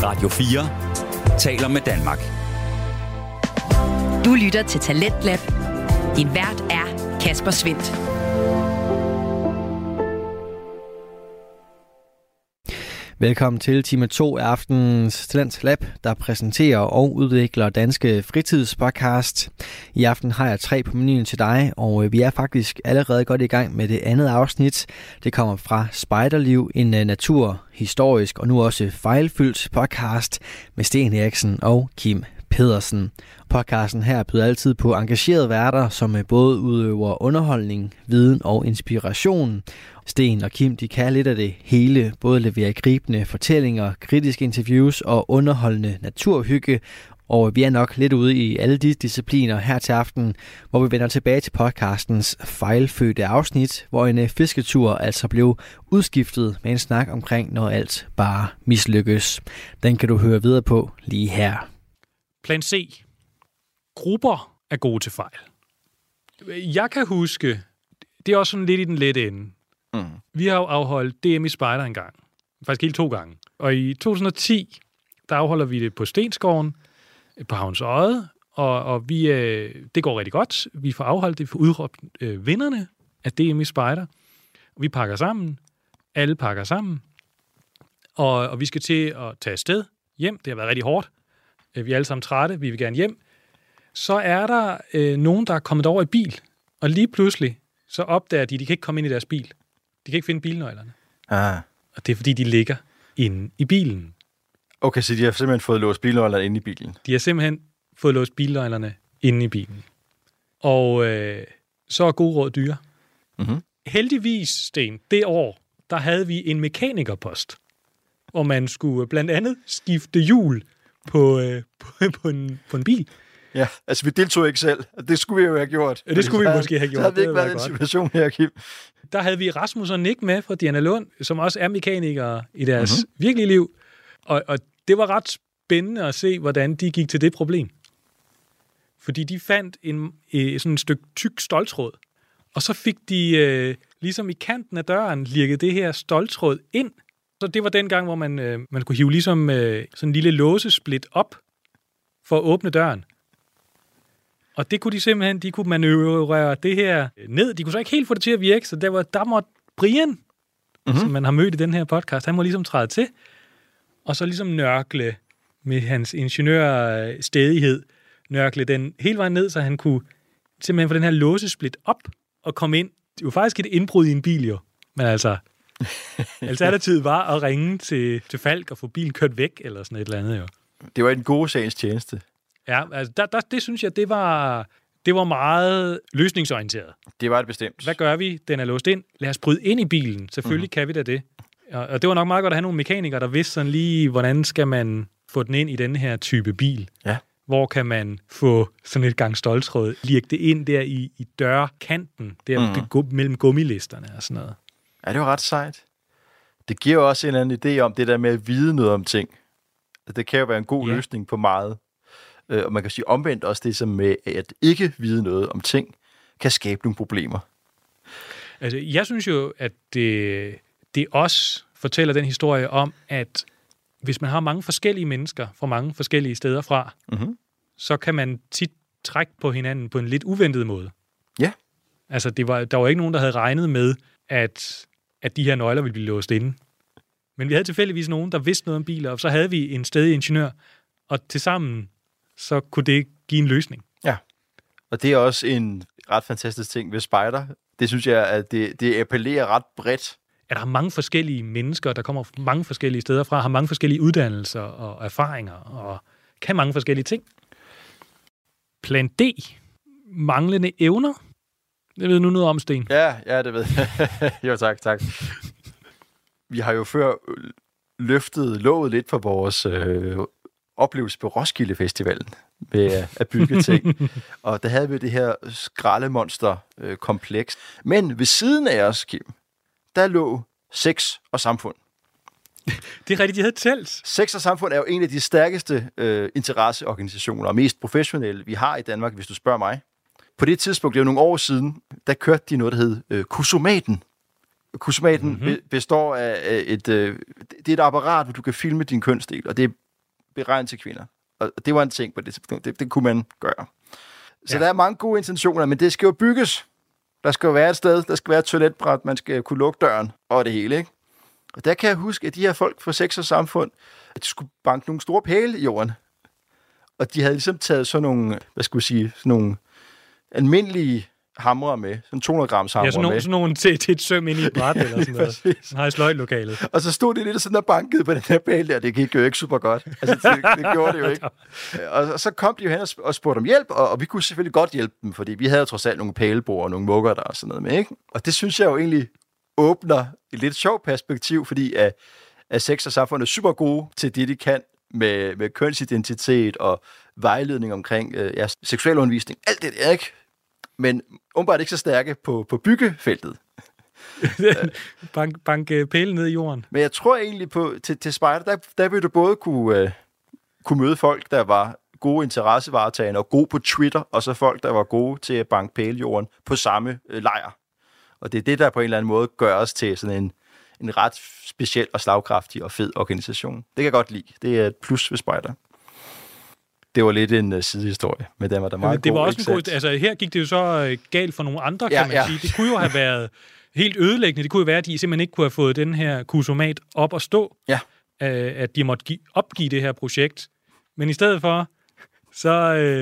Radio 4 taler med Danmark. Du lytter til Talentlab. Din vært er Kasper Svindt. Velkommen til time 2 af aftenens Talentlab, der præsenterer og udvikler danske fritidspodcast. I aften har jeg 3 på menuen til dig, og vi er faktisk allerede godt i gang med det andet afsnit. Det kommer fra Spejderliv, en naturhistorisk og nu også fejlfyldt podcast med Sten Eriksen og Kim Pedersen. Podcasten her byder altid på engagerede værter, som både udøver underholdning, viden og inspiration. Sten og Kim, de kan lidt af det hele, både levere gribende fortællinger, kritiske interviews og underholdende naturhygge. Og vi er nok lidt ude i alle de discipliner her til aften, hvor vi vender tilbage til podcastens fejlfødte afsnit, hvor en fisketur altså blev udskiftet med en snak omkring, når alt bare mislykkes. Den kan du høre videre på lige her. Plan C. Grupper er gode til fejl. Jeg kan huske, det er også sådan lidt i den lette ende. Vi har jo afholdt DM i Spejder en gang. Faktisk helt 2 gange. Og i 2010, der afholder vi det på Stenskoven på Havns Odde. Og vi, det går rigtig godt. Vi får afholdt det, for udråbt vinderne af DM i Spejder. Vi pakker sammen. Alle pakker sammen. Og vi skal til at tage afsted hjem. Det har været rigtig hårdt. Vi er alle sammen trætte. Vi vil gerne hjem. Så er der nogen, der er kommet over i bil. Og lige pludselig, så opdager de kan ikke komme ind i deres bil. De kan ikke finde bilnøglerne. Og det er, fordi de ligger inde i bilen. Okay, så de har simpelthen fået låst bilnøglerne inde i bilen? De har simpelthen fået låst bilnøglerne inde i bilen. Og så er gode råd dyre. Mm-hmm. Heldigvis, Sten, det år, der havde vi en mekanikerpost, hvor man skulle blandt andet skifte hjul på en bil. Ja, altså vi deltog ikke selv. Det skulle vi jo have gjort. Ja, det skulle vi måske have gjort. Så havde vi ikke været i en situation her, Kim. Der havde vi Rasmus og Nick med fra Dianalund, som også er mekanikere i deres virkelige liv. Og det var ret spændende at se, hvordan de gik til det problem. Fordi de fandt sådan et stykke tyk ståltråd, og så fik de ligesom i kanten af døren lirket det her ståltråd ind. Så det var den gang, hvor man kunne hive ligesom sådan en lille låsesplit op for at åbne døren. Og det kunne de simpelthen, de kunne manøvrere det her ned. De kunne så ikke helt få det til at virke, så der måtte Brian, som man har mødt i den her podcast, han må ligesom træde til, og så ligesom nørkle med hans ingeniørstædighed, nørkle den hele vejen ned, så han kunne simpelthen få den her låsesplit op og komme ind. Det var faktisk et indbrud i en bil jo, men altså alternativet var at ringe til Falk og få bilen kørt væk, eller sådan et eller andet jo. Det var en god sagens tjeneste. Ja, altså det synes jeg, det var meget løsningsorienteret. Det var det bestemt. Hvad gør vi? Den er låst ind. Lad os bryde ind i bilen. Selvfølgelig kan vi da det. Og det var nok meget godt at have nogle mekanikere, der vidste sådan lige, hvordan skal man få den ind i den her type bil. Ja. Hvor kan man få sådan et gang ståltråd, lirke det ind der i dørkanten, der mellem gummilisterne og sådan noget. Ja, det var ret sejt. Det giver jo også en eller anden idé om det der med at vide noget om ting. Det kan jo være en god løsning på meget. Og man kan sige omvendt også det som med at ikke vide noget om ting, kan skabe nogle problemer. Altså, jeg synes jo, at det også fortæller den historie om, at hvis man har mange forskellige mennesker fra mange forskellige steder fra, så kan man tit trække på hinanden på en lidt uventet måde. Ja. Altså, der var ikke nogen, der havde regnet med, at de her nøgler ville blive låst inde. Men vi havde tilfældigvis nogen, der vidste noget om biler, og så havde vi en stedig ingeniør, og tilsammen så kunne det give en løsning. Ja, og det er også en ret fantastisk ting ved Spejder. Det synes jeg, at det appellerer ret bredt. Ja, der er mange forskellige mennesker, der kommer fra mange forskellige steder fra, har mange forskellige uddannelser og erfaringer, og kan mange forskellige ting. Plan D. Manglende evner. Det ved du noget om, Sten. Ja, det ved jeg. Jo, tak. Vi har jo før lovet lidt for vores oplevelse på Roskilde Festivalen med at bygge ting. Og der havde vi det her skraldemonster-kompleks. Men ved siden af os, Kim, der lå Sex og Samfund. Det er rigtigt, de havde telt. Sex og Samfund er jo en af de stærkeste interesseorganisationer og mest professionelle, vi har i Danmark, hvis du spørger mig. På det tidspunkt, det var nogle år siden, der kørte de noget, der hed Kusomaten. Kusomaten består af det er et apparat, hvor du kan filme din kønsdel, og det beregnet til kvinder. Og det var en ting på det tidspunkt. Det kunne man gøre. Så der er mange gode intentioner, men det skal jo bygges. Der skal jo være et sted, der skal være et toiletbræt, man skal kunne lukke døren og det hele, ikke? Og der kan jeg huske, at de her folk fra Sex og Samfund, at de skulle banke nogle store pæle i jorden. Og de havde ligesom taget sådan nogle, sådan nogle almindelige hamre med, sådan 200 grams hamre med. Ja, sådan nogle til et søm ind i et bræt, eller sådan noget. Den har i sløjtlokalet. Og så stod de lidt sådan og bankede på den her pæl der, det gik jo ikke super godt. Altså, det gjorde det jo ikke. Og så kom de jo hen og spurgte om hjælp, og vi kunne selvfølgelig godt hjælpe dem, fordi vi havde jo trods alt nogle pælebord og nogle mugger der og sådan noget med, ikke? Og det synes jeg jo egentlig åbner et lidt sjovt perspektiv, fordi at Sex og Samfund er super gode til det, de kan med kønsidentitet og vejledning omkring seksualundervisning. Alt det der, ikke? Men umiddelbart ikke så stærke på byggefeltet. Bank pælen ned i jorden. Men jeg tror egentlig til spejder, der vil du både kunne møde folk, der var gode interessevaretagende og gode på Twitter, og så folk, der var gode til at banke pæle i jorden på samme lejr. Og det er det, der på en eller anden måde gør os til sådan en ret speciel og slagkraftig og fed organisation. Det kan jeg godt lide. Det er et plus ved spejder. Det var lidt en sidehistorie, men den var der meget god. Det var også en god... Altså, her gik det jo så galt for nogle andre, kan man sige. Det kunne jo have været helt ødelæggende. Det kunne jo være, at de simpelthen ikke kunne have fået den her kusomat op at stå. Ja. At de måtte opgive det her projekt. Men i stedet for, så...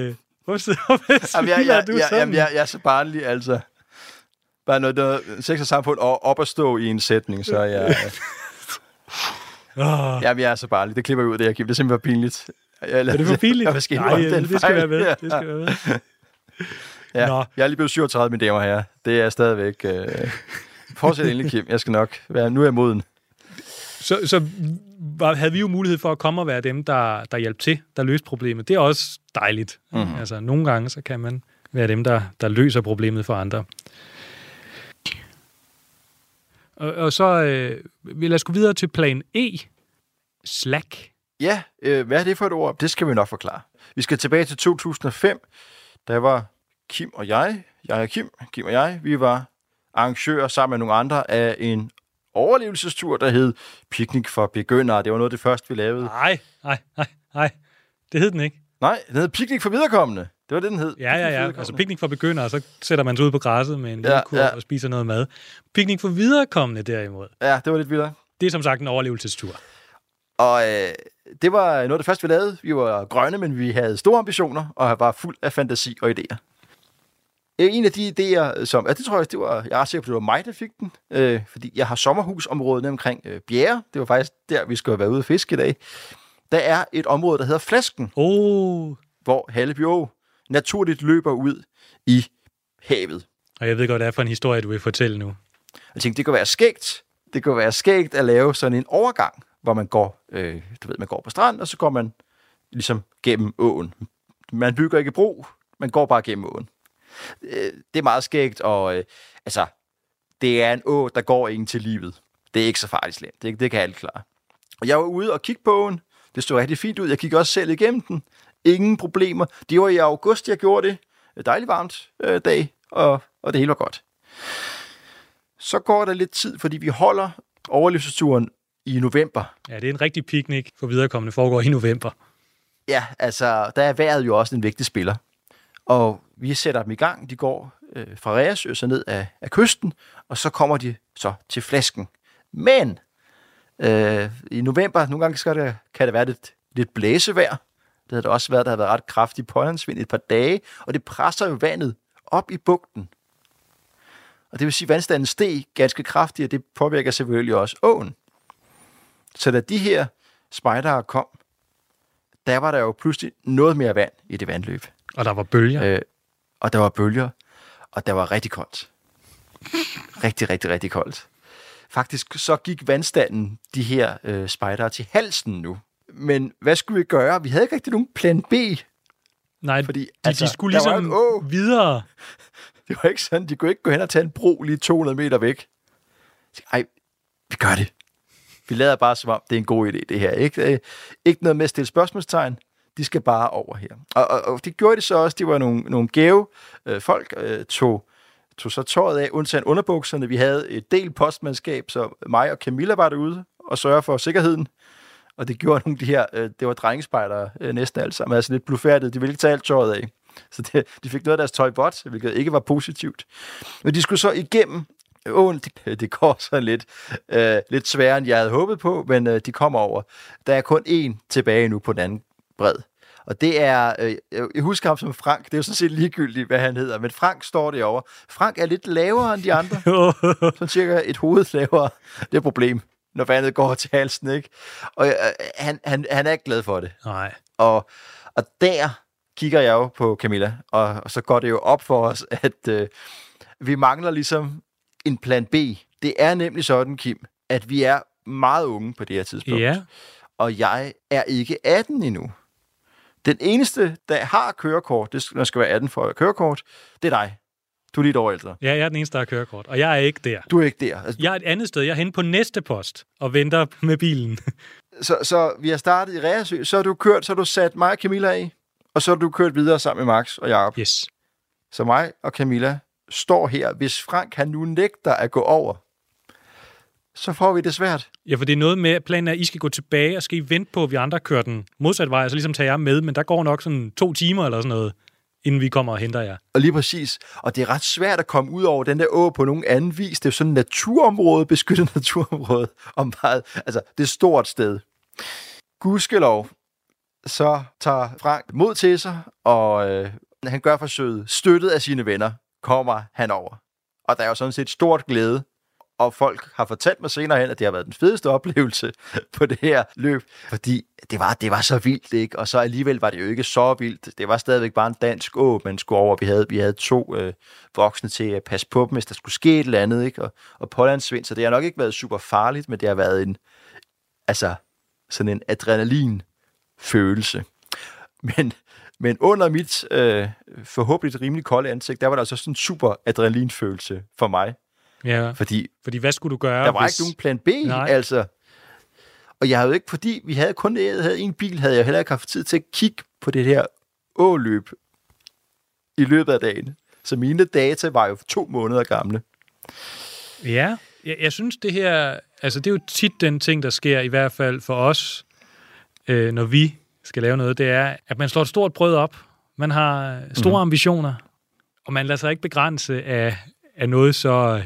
Jeg er så barnlig, altså. Bare noget Sex og Samfund op at stå i en sætning, så jeg... Jamen, jeg er så barnlig. Det klipper jeg ud af det her, Kim. Det er simpelthen pinligt. Er det for pinligt? Nej, det skal være med. Det skal være med. Ja, jeg er lige blevet 37, mine damer og herrer. Det er stadigvæk... Fortsæt endelig, Kim. Jeg skal nok være... Nu er jeg moden. Så havde vi jo mulighed for at komme og være dem, der hjalp til, der løste problemet. Det er også dejligt. Mm-hmm. Altså, nogle gange, så kan man være dem, der løser problemet for andre. Og så vil jeg gå videre til plan E. Slack. Ja, hvad er det for et ord? Det skal vi nok forklare. Vi skal tilbage til 2005. Der var Kim og jeg og Kim og jeg, vi var arrangører sammen med nogle andre af en overlevelsestur, der hed Picnic for Begyndere. Det var noget af det første, vi lavede. Nej. Det hed den ikke. Nej, den hed Picnic for Viderekommende. Det var det, den hed. Ja. Altså Picnic for Begyndere, så sætter man sig ud på græsset med en lille kur og spiser noget mad. Picnic for Viderekommende derimod. Ja, det var lidt vildere. Det er som sagt en overlevelsestur. Og det var noget af det første, vi lavede. Vi var grønne, men vi havde store ambitioner og var fuld af fantasi og idéer. En af de idéer, som... Ja, det tror jeg, det var... Jeg er sikker på, det var mig, der fik den. Fordi jeg har sommerhusområdet omkring Bjerre. Det var faktisk der, vi skulle være ude og fiske i dag. Der er et område, der hedder Flasken. Hvor Halleby Å naturligt løber ud i havet. Og jeg ved godt, hvad det er for en historie, du vil fortælle nu. Jeg tænkte, det kunne være skægt. Det kunne være skægt at lave sådan en overgang, hvor man går, man går på stranden, og så går man ligesom gennem åen. Man bygger ikke bro, man går bare gennem åen. Det er meget skægt, og det er en å, der går ingen til livet. Det er ikke så farligt slemt. Det kan alle klare. Og jeg var ude og kigge på åen. Det stod rigtig fint ud. Jeg kiggede også selv igennem den. Ingen problemer. Det var i august, jeg gjorde det. Dejligt varmt dag, og det hele var godt. Så går der lidt tid, fordi vi holder overlevelsesturen i november. Ja, det er en rigtig picnic for viderekommende foregår i november. Ja, altså, der er vejret jo også en vigtig spiller. Og vi sætter dem i gang. De går fra Reersø så ned af kysten, og så kommer de så til Flasken. Men i november, nogle gange kan det være lidt blæsevejr. Det har det også været, der har været ret kraftig pålandsvind et par dage, og det presser jo vandet op i bugten. Og det vil sige, at vandstanden steg ganske kraftigt, og det påvirker selvfølgelig også åen. Så da de her spejdere kom, der var der jo pludselig noget mere vand i det vandløb. Og der var bølger. Og der var rigtig koldt. Rigtig, rigtig, rigtig koldt. Faktisk så gik vandstanden de her spejdere til halsen nu. Men hvad skulle vi gøre? Vi havde ikke rigtig nogen plan B. Nej, fordi, de skulle ligesom videre. Det var ikke sådan, de kunne ikke gå hen og tage en bro lige 200 meter væk. Ej, vi gør det. Vi lader bare som om, det er en god idé, det her. Ikke noget med at stille spørgsmålstegn. De skal bare over her. Og det gjorde de så også. De var nogle gæve folk, tog så tøjet af, undtagen underbukserne. Vi havde et del postmandskab, så mig og Camilla var derude og sørger for sikkerheden. Og det gjorde nogle af de her, det var drengespejdere næsten alle sammen, altså lidt blufærdige. De ville ikke tage alt tøjet af. Så de fik noget af deres tøj bort, hvilket ikke var positivt. Men de skulle så igennem åen. Det går så lidt sværere, end jeg havde håbet på, men de kommer over. Der er kun én tilbage nu på den anden bred. Og det er, jeg husker ham som Frank, det er jo sådan set ligegyldigt, hvad han hedder, men Frank står derovre. Frank er lidt lavere end de andre. Sådan cirka et hoved lavere. Det er et problem, når vandet går til halsen, ikke? Og han er ikke glad for det. Nej. Og der kigger jeg jo på Camilla, og så går det jo op for os, at vi mangler ligesom en plan B. Det er nemlig sådan, Kim, at vi er meget unge på det her tidspunkt. Ja. Og jeg er ikke 18 endnu. Den eneste, der har kørekort, det skal være 18 for at have kørekort, det er dig. Du er lidt over ældre. Ja, jeg er den eneste, der har kørekort, og jeg er ikke der. Du er ikke der. Altså, Jeg er et andet sted. Jeg er henne på næste post og venter med bilen. så vi har startet i Reersø, så har du sat mig og Camilla af, og så har du kørt videre sammen med Max og Jacob. Yes. Så mig og Camilla står her. Hvis Frank han nu nægter at gå over, så får vi det svært. Ja, for det er noget med, planen er, at I skal gå tilbage, og skal I vente på, at vi andre kører den modsatte vej, og så ligesom tager jer med, men der går nok sådan 2 timer eller sådan noget, inden vi kommer og henter jer. Og lige præcis. Og det er ret svært at komme ud over den der å på nogen anden vis. Det er jo sådan et naturområde, beskyttet naturområde. Og meget, altså, det er et stort sted. Gudskelov, så tager Frank mod til sig, og han gør forsøget. Støttet af sine venner kommer han over. Og der er jo sådan set stort glæde. Og folk har fortalt mig senere hen, at det har været den fedeste oplevelse på det her løb. Fordi det var så vildt, ikke? Og så alligevel var det jo ikke så vildt. Det var stadigvæk bare en dansk å, man skulle over. Vi havde 2 voksne til at passe på dem, hvis der skulle ske et eller andet, ikke? Og pålandsvind, så det har nok ikke været super farligt, men det har været sådan en adrenalin-følelse. Men under mit forhåbentlig rimelig kolde ansigt, der var der altså sådan en super adrenalin-følelse for mig. Ja, fordi hvad skulle du gøre? Der var ikke nogen plan B, altså. Og jeg havde jo ikke, fordi vi havde kun havde en bil, havde jeg heller ikke haft tid til at kigge på det her åløb i løbet af dagen. Så mine data var jo 2 måneder gamle. Ja, jeg synes det her, altså det er jo tit den ting, der sker, i hvert fald for os, når vi skal lave noget, det er, at man slår et stort brød op, man har store ambitioner, og man lader sig ikke begrænse af noget så,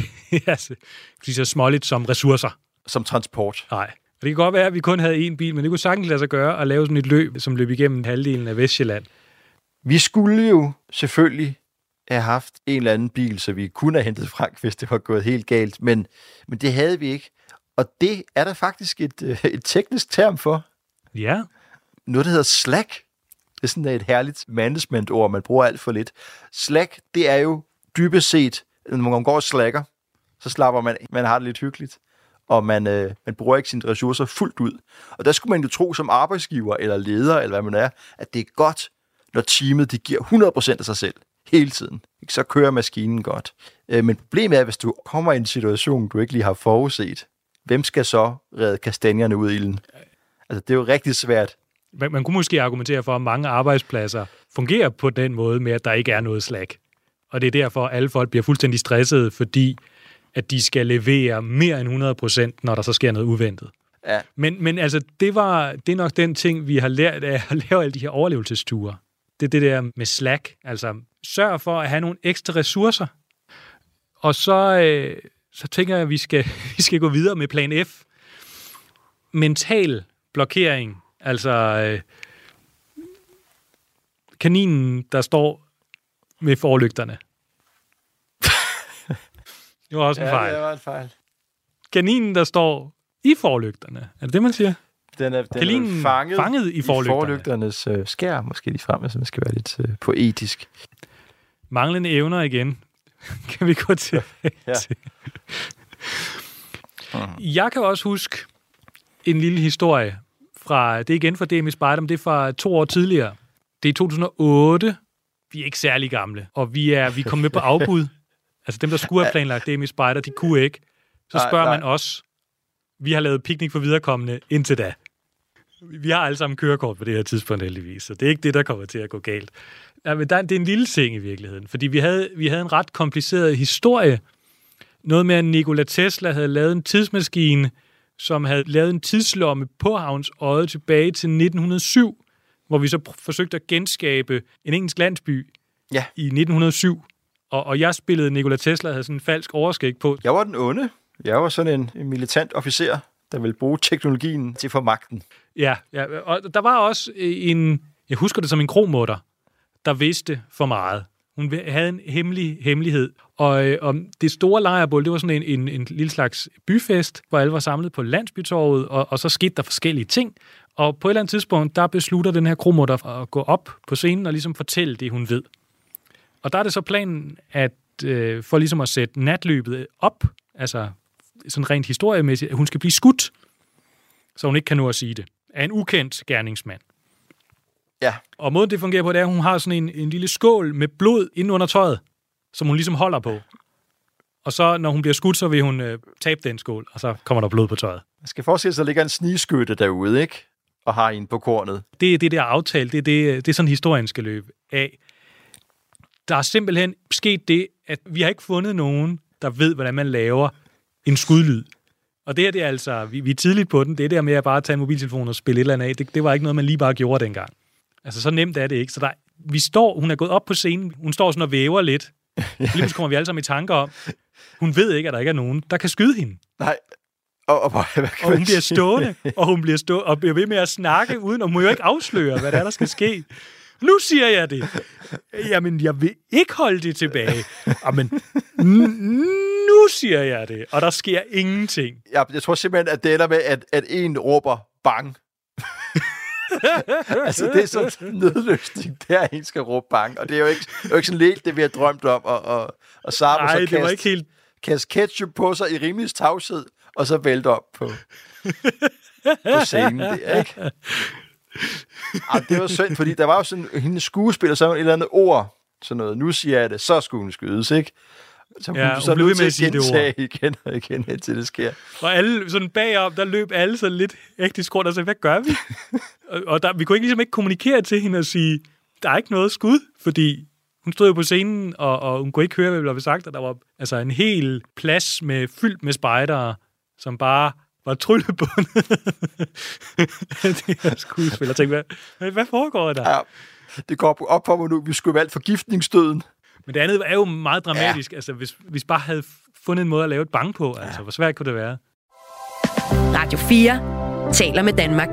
så småligt som ressourcer. Som transport. Nej. Og det kan godt være, at vi kun havde 1 bil, men det kunne sagtens lade sig gøre at lave sådan et løb, som løb igennem halvdelen af Vestjylland. Vi skulle jo selvfølgelig have haft en eller anden bil, så vi kunne have hentet Frank, hvis det var gået helt galt, men det havde vi ikke. Og det er der faktisk et teknisk term for. Ja. Noget, der hedder slack. Det er sådan et herligt management-ord, man bruger alt for lidt. Slack, det er jo dybest set, når man går og slacker, så slapper man har det lidt hyggeligt, og man bruger ikke sine ressourcer fuldt ud. Og der skulle man jo tro som arbejdsgiver eller leder, eller hvad man er, at det er godt, når teamet de giver 100% af sig selv hele tiden. Så kører maskinen godt. Men problemet er, hvis du kommer i en situation, du ikke lige har forudset, hvem skal så redde kastanjerne ud i ilden? Altså, det er jo rigtig svært. Man kunne måske argumentere for, at mange arbejdspladser fungerer på den måde med, at der ikke er noget slack. Og det er derfor, at alle folk bliver fuldstændig stressede, fordi at de skal levere mere end 100%, når der så sker noget uventet. Ja. Men altså, det er nok den ting, vi har lært af at lave alle de her overlevelsesture. Det er det der med slack. Altså, sørg for at have nogle ekstra ressourcer. Og så tænker jeg, at vi skal gå videre med plan F. Mental blokering. Altså, kaninen, der står med forlygterne. Det var også en fejl. Ja, det var en fejl. Kaninen, der står i forlygterne. Er det det, man siger? Den er fanget i forlygternes skær, måske lige frem, så man skal være lidt poetisk. Manglende evner igen. Kan vi gå til? Ja. Jeg kan også huske en lille historie fra, det er igen fra DMI Spejder, men det er fra 2 år tidligere. Det er 2008. Vi er ikke særlig gamle, og vi er kommet med på afbud. Altså dem, der skulle have planlagt DMI Spejder, de kunne ikke. Så spørger man os. Vi har lavet piknik for viderekommende indtil da. Vi har alle sammen kørekort på det her tidspunkt heldigvis, så det er ikke det, der kommer til at gå galt. Ja, men det er en lille ting i virkeligheden, fordi vi havde en ret kompliceret historie. Noget med, at Nikola Tesla havde lavet en tidsmaskine, som havde lavet en tidslomme på Havns Odde tilbage til 1907, hvor vi så forsøgte at genskabe en engelsk landsby i 1907. Og jeg spillede Nikola Tesla, havde sådan en falsk overskæg på. Jeg var den onde. Jeg var sådan en militant officer, der ville bruge teknologien til at få magten. Ja, og der var også jeg husker det som en kromutter, der vidste for meget. Hun havde en hemmelighed. Og det store lejrbål, det var sådan en lille slags byfest, hvor alle var samlet på Landsbytorvet, og så skete der forskellige ting. Og på et eller andet tidspunkt, der beslutter den her kromutter at gå op på scenen og ligesom fortælle det, hun ved. Og der er det så planen, at for ligesom at sætte natløbet op, altså sådan rent historiemæssigt, at hun skal blive skudt, så hun ikke kan nå at sige det, af en ukendt gerningsmand. Ja. Og måden det fungerer på, det er, at hun har sådan en lille skål med blod inde under tøjet, som hun ligesom holder på. Og så, når hun bliver skudt, så vil hun tabe den skål, og så kommer der blod på tøjet. Man skal forestille sig, at der ligger en snigskytte derude, ikke? Og har en på kornet. Det er det der aftale, det er sådan historien skal løbe af. Der er simpelthen sket det, at vi har ikke fundet nogen, der ved, hvordan man laver en skudlyd. Og det her, det er altså, vi er tidligt på den, det der med at bare tage en mobiltelefon og spille et eller andet af, det var ikke noget, man lige bare gjorde dengang. Altså, så nemt er det ikke. Så hun er gået op på scenen, hun står sådan og væver lidt. Lige pludselig kommer vi alle sammen i tanker om, hun ved ikke, at der ikke er nogen, der kan skyde hende. Nej. Og hun bliver stående, og bliver ved med at snakke, uden, og må jo ikke afsløre, hvad der skal ske. Nu siger jeg det. Jamen, jeg vil ikke holde det tilbage. Jamen, nu siger jeg det, og der sker ingenting. Jeg tror simpelthen, at det ender med, at en råber bang. Altså, det er sådan en nødløsning, der en skal råbe bang. Og det er jo ikke sådan lidt det, vi har drømt om. Og Sabo så kaste ketchup på sig i rimelig tavshed, og så vælte op på scenen. Det er ikke... det var synd, fordi der var jo sådan, hendes skuespiller, så et eller andet ord, sådan noget, nu siger jeg det, så skulle hun skydes, ikke? Så hun blev ved med at sige det ord. Igen og igen, indtil det sker. Og alle sådan bagom, der løb alle sådan lidt hektisk rundt og sagde, hvad gør vi? og vi kunne ligesom ikke kommunikere til hende og sige, der er ikke noget skud, fordi hun stod jo på scenen, og hun kunne ikke høre, hvad der blev sagt, og der var altså en hel plads fyldt med spejdere, som bare var tryllebundet. Det er skuespiller. Jeg tænkte, hvad foregår der? Ja, det går op for mig nu. Vi skulle valgt forgiftningsdøden. Men det andet er jo meget dramatisk. Ja. Altså, hvis bare havde fundet en måde at lave et bang på, altså, hvor svært kunne det være? Radio 4 taler med Danmark.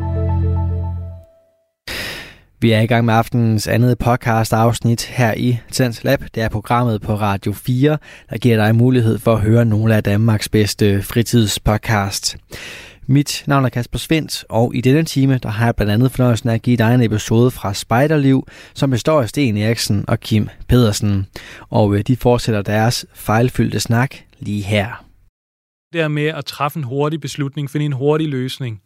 Vi er i gang med aftenens andet podcast-afsnit her i Tidens Lab. Det er programmet på Radio 4, der giver dig mulighed for at høre nogle af Danmarks bedste fritidspodcast. Mit navn er Kasper Svendt, og i denne time der har jeg blandt andet fornøjelsen af at give dig en episode fra Spejderliv, som består af Sten Eriksen og Kim Pedersen. Og de fortsætter deres fejlfyldte snak lige her. Det er med at træffe en hurtig beslutning, finde en hurtig løsning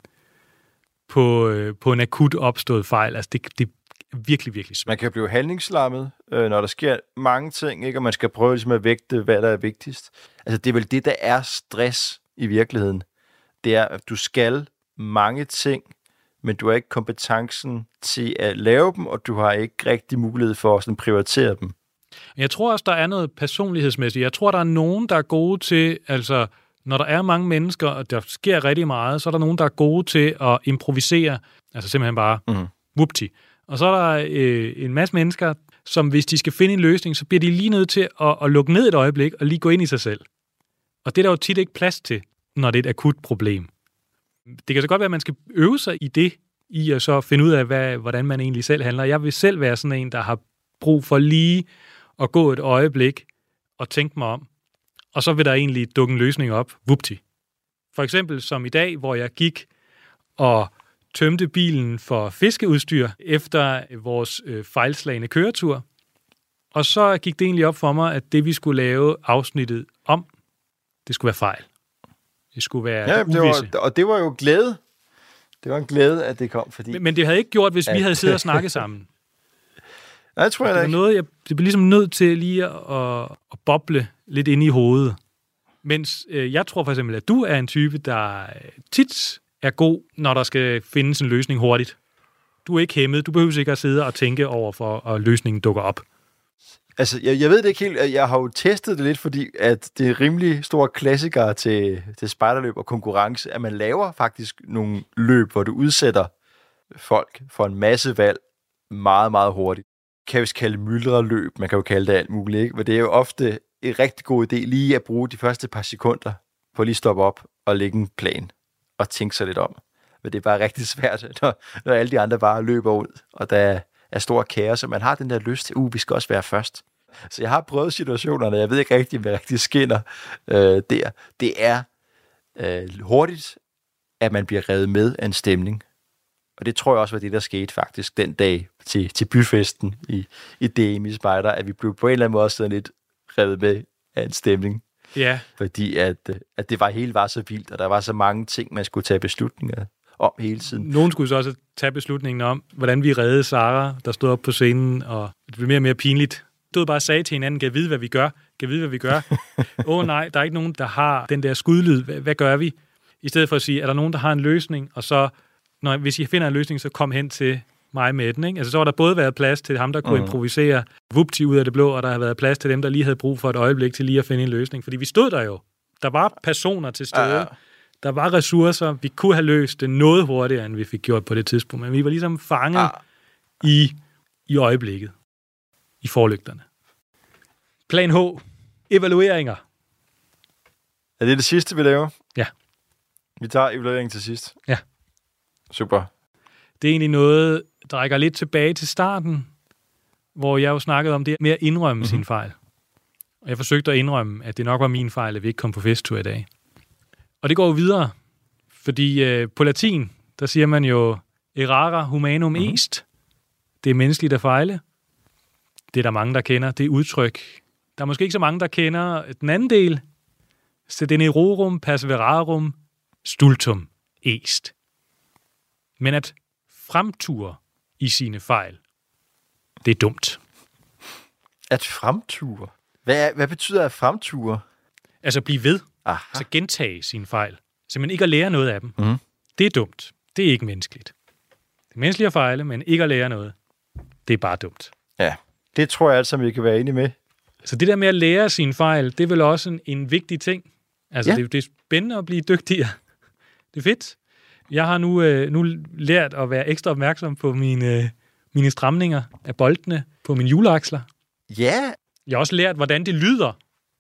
på en akut opstået fejl. Altså det er virkelig, virkelig svært. Man kan blive handlingslammet, når der sker mange ting, ikke? Og man skal prøve ligesom at vægte, hvad der er vigtigst. Altså det er vel det, der er stress i virkeligheden. Det er, at du skal mange ting, men du har ikke kompetencen til at lave dem, og du har ikke rigtig mulighed for at sådan prioritere dem. Jeg tror også, der er noget personlighedsmæssigt. Jeg tror, der er nogen, der er gode til, altså når der er mange mennesker, og der sker rigtig meget, så er der nogen, der er gode til at improvisere, altså simpelthen bare whoopty. Og så er der en masse mennesker, som hvis de skal finde en løsning, så bliver de lige nødt til at lukke ned et øjeblik og lige gå ind i sig selv. Og det er der jo tit ikke plads til, når det er et akut problem. Det kan så godt være, at man skal øve sig i det, i at så finde ud af, hvordan man egentlig selv handler. Jeg vil selv være sådan en, der har brug for lige at gå et øjeblik og tænke mig om, og så vil der egentlig dukke en løsning op. Whoopty. For eksempel som i dag, hvor jeg gik og tømte bilen for fiskeudstyr efter vores fejlslagne køretur. Og så gik det egentlig op for mig, at det vi skulle lave afsnittet om, det skulle være fejl. Det skulle være uvisse. Og det var jo glæde. Det var en glæde, at det kom, fordi... Men det havde ikke gjort, hvis vi havde siddet og snakket sammen. Nej, det tror jeg ikke. Det blev ligesom nødt til lige at boble lidt inde i hovedet. Mens jeg tror for eksempel, at du er en type, der tit er god, når der skal findes en løsning hurtigt. Du er ikke hæmmet. Du behøver ikke at sidde og tænke over for, at løsningen dukker op. Altså, jeg ved det ikke helt. Jeg har jo testet det lidt, fordi at det er rimelig store klassikere til spejderløb og konkurrence, at man laver faktisk nogle løb, hvor du udsætter folk for en masse valg meget, meget hurtigt. Kan jo kalde myldreløb, man kan jo kalde det alt muligt, ikke? Men det er jo ofte en rigtig god idé lige at bruge de første par sekunder på at lige stoppe op og lægge en plan og tænke sig lidt om. Men det er bare rigtig svært, når alle de andre bare løber ud, og der er stor kaos, og man har den der lyst til, vi skal også være først. Så jeg har prøvet situationerne, jeg ved ikke rigtig, hvad rigtig skinner der. Det er hurtigt, at man bliver revet med af en stemning. Og det tror jeg også var det, der skete faktisk den dag til byfesten i DM i Spejder, at vi blev på en eller anden måde sådan lidt revet med af en stemning. Ja. Fordi at det hele var så vildt, og der var så mange ting, man skulle tage beslutninger om hele tiden. Nogen skulle så også tage beslutningen om, hvordan vi reddede Sara, der stod op på scenen, og det blev mere og mere pinligt. Stod bare og sagde til hinanden, kan vide, hvad vi gør? Kan vide, hvad vi gør? Nej, der er ikke nogen, der har den der skudlyd. Hvad gør vi? I stedet for at sige, er der nogen, der har en løsning, og så, hvis I finder en løsning, så kom hen til mig med den. Ikke? Altså, så har der både været plads til ham, der kunne improvisere vupti ud af det blå, og der har været plads til dem, der lige havde brug for et øjeblik til lige at finde en løsning. Fordi vi stod der jo. Der var personer til stede. Der var ressourcer. Vi kunne have løst det noget hurtigere, end vi fik gjort på det tidspunkt. Men vi var ligesom fanget i øjeblikket. I forlygterne. Plan H. Evalueringer. Er det sidste, vi laver? Ja. Vi tager evalueringen til sidst. Ja. Super. Det er egentlig noget, der rækker lidt tilbage til starten, hvor jeg jo snakkede om det med at indrømme sin fejl. Og jeg forsøgte at indrømme, at det nok var min fejl, at vi ikke kom på festtur i dag. Og det går jo videre, fordi på latin, der siger man jo errare humanum est. Det er menneskeligt at fejle. Det er der mange, der kender. Det er udtryk. Der er måske ikke så mange, der kender den anden del. Sedenerorum perseverarum stultum est. Men at fremture i sine fejl, det er dumt. At fremture? Hvad betyder at fremture? Altså blive ved. Aha. Altså gentage sine fejl. Simpelthen ikke at lære noget af dem. Det er dumt. Det er ikke menneskeligt. Det er menneskeligt at fejle, men ikke at lære noget. Det er bare dumt. Ja, det tror jeg altså, vi kan være enige med. Så det der med at lære sine fejl, det er vel også en vigtig ting. Altså, det er spændende at blive dygtigere. Det er fedt. Jeg har nu lært at være ekstra opmærksom på mine stramninger af boldene på mine hjuleaksler. Ja. Jeg har også lært, hvordan det lyder,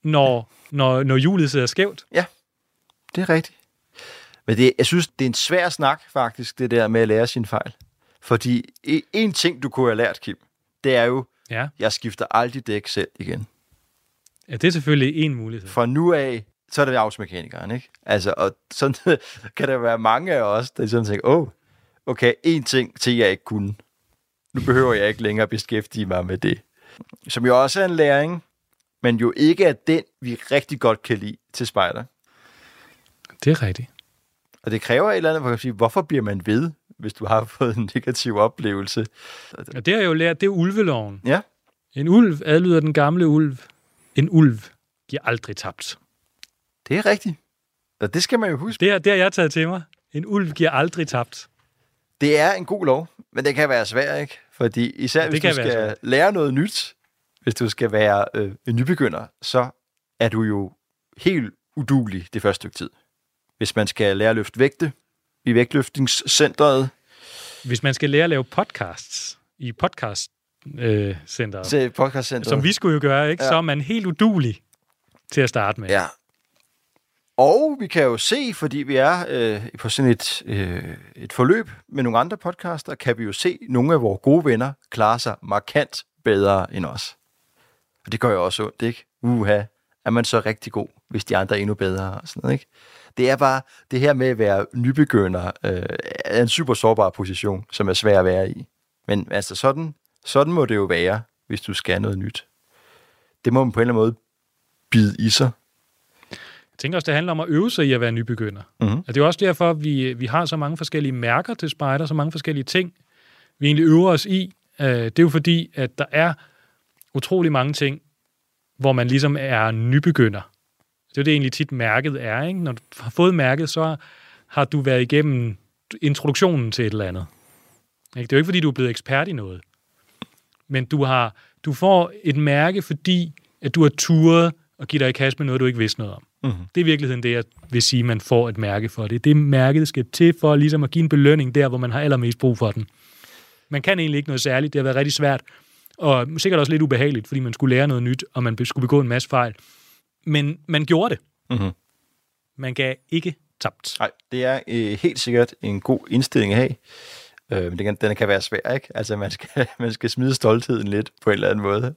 når hjulet sidder skævt. Ja, det er rigtigt. Men jeg synes, det er en svær snak, faktisk, det der med at lære sin fejl. Fordi en ting, du kunne have lært, Kim, det er jo, jeg skifter aldrig dæk selv igen. Ja, det er selvfølgelig en mulighed. For nu af, så er det avlsmekanikeren, ikke? Altså, og sådan kan der være mange af os, der sådan tænker, okay, en ting til, jeg ikke kunne. Nu behøver jeg ikke længere beskæftige mig med det. Som jo også er en læring, men jo ikke er den, vi rigtig godt kan lide til spejder. Det er rigtigt. Og det kræver et eller andet, for at sige, hvorfor bliver man ved, hvis du har fået en negativ oplevelse? Og det har jeg jo lært, det er ulveloven. Ja. En ulv adlyder den gamle ulv. En ulv giver aldrig tabt. Det er rigtigt. Og det skal man jo huske. Det har jeg taget til mig. En ulv giver aldrig tabt. Det er en god lov, men det kan være svært, ikke? Fordi især hvis du skal lære noget nyt, hvis du skal være en nybegynder, så er du jo helt uduelig det første stykke tid. Hvis man skal lære at løfte vægte i vægtløftningscentret. Hvis man skal lære at lave podcasts i podcastcentret, som vi skulle jo gøre, ikke? Så er man helt uduelig til at starte med. Ja. Og vi kan jo se, fordi vi er på sådan et forløb med nogle andre podcaster, kan vi jo se nogle af vores gode venner klare sig markant bedre end os. Og det gør jo også ondt, ikke? Er man så rigtig god, hvis de andre er endnu bedre og sådan noget, ikke? Det er bare det her med at være nybegynder er en super sårbar position, som er svær at være i. Men altså sådan må det jo være, hvis du skal noget nyt. Det må man på en eller anden måde bide i sig. Jeg tænker også, det handler om at øve sig i at være nybegynder. Og det er også derfor, at vi har så mange forskellige mærker til spejder, så mange forskellige ting, vi egentlig øver os i. Det er jo fordi, at der er utrolig mange ting, hvor man ligesom er nybegynder. Det er jo det egentlig tit mærket er, ikke? Når du har fået mærket, så har du været igennem introduktionen til et eller andet. Ikke? Det er jo ikke, fordi du er blevet ekspert i noget. Men du har Du får et mærke, fordi at du har turet og give dig i kast med noget, du ikke vidste noget om. Mm-hmm. Det er i virkeligheden det, jeg vil sige, man får et mærke for. Det mærket skal til for ligesom at give en belønning der, hvor man har allermest brug for den. Man kan egentlig ikke noget særligt. Det har været rigtig svært, og sikkert også lidt ubehageligt, fordi man skulle lære noget nyt, og man skulle begå en masse fejl. Men man gjorde det. Mm-hmm. Man gav ikke tabt. Nej, det er helt sikkert en god indstilling at have. Men den kan være svær, ikke? Altså, man skal smide stoltheden lidt på en eller anden måde.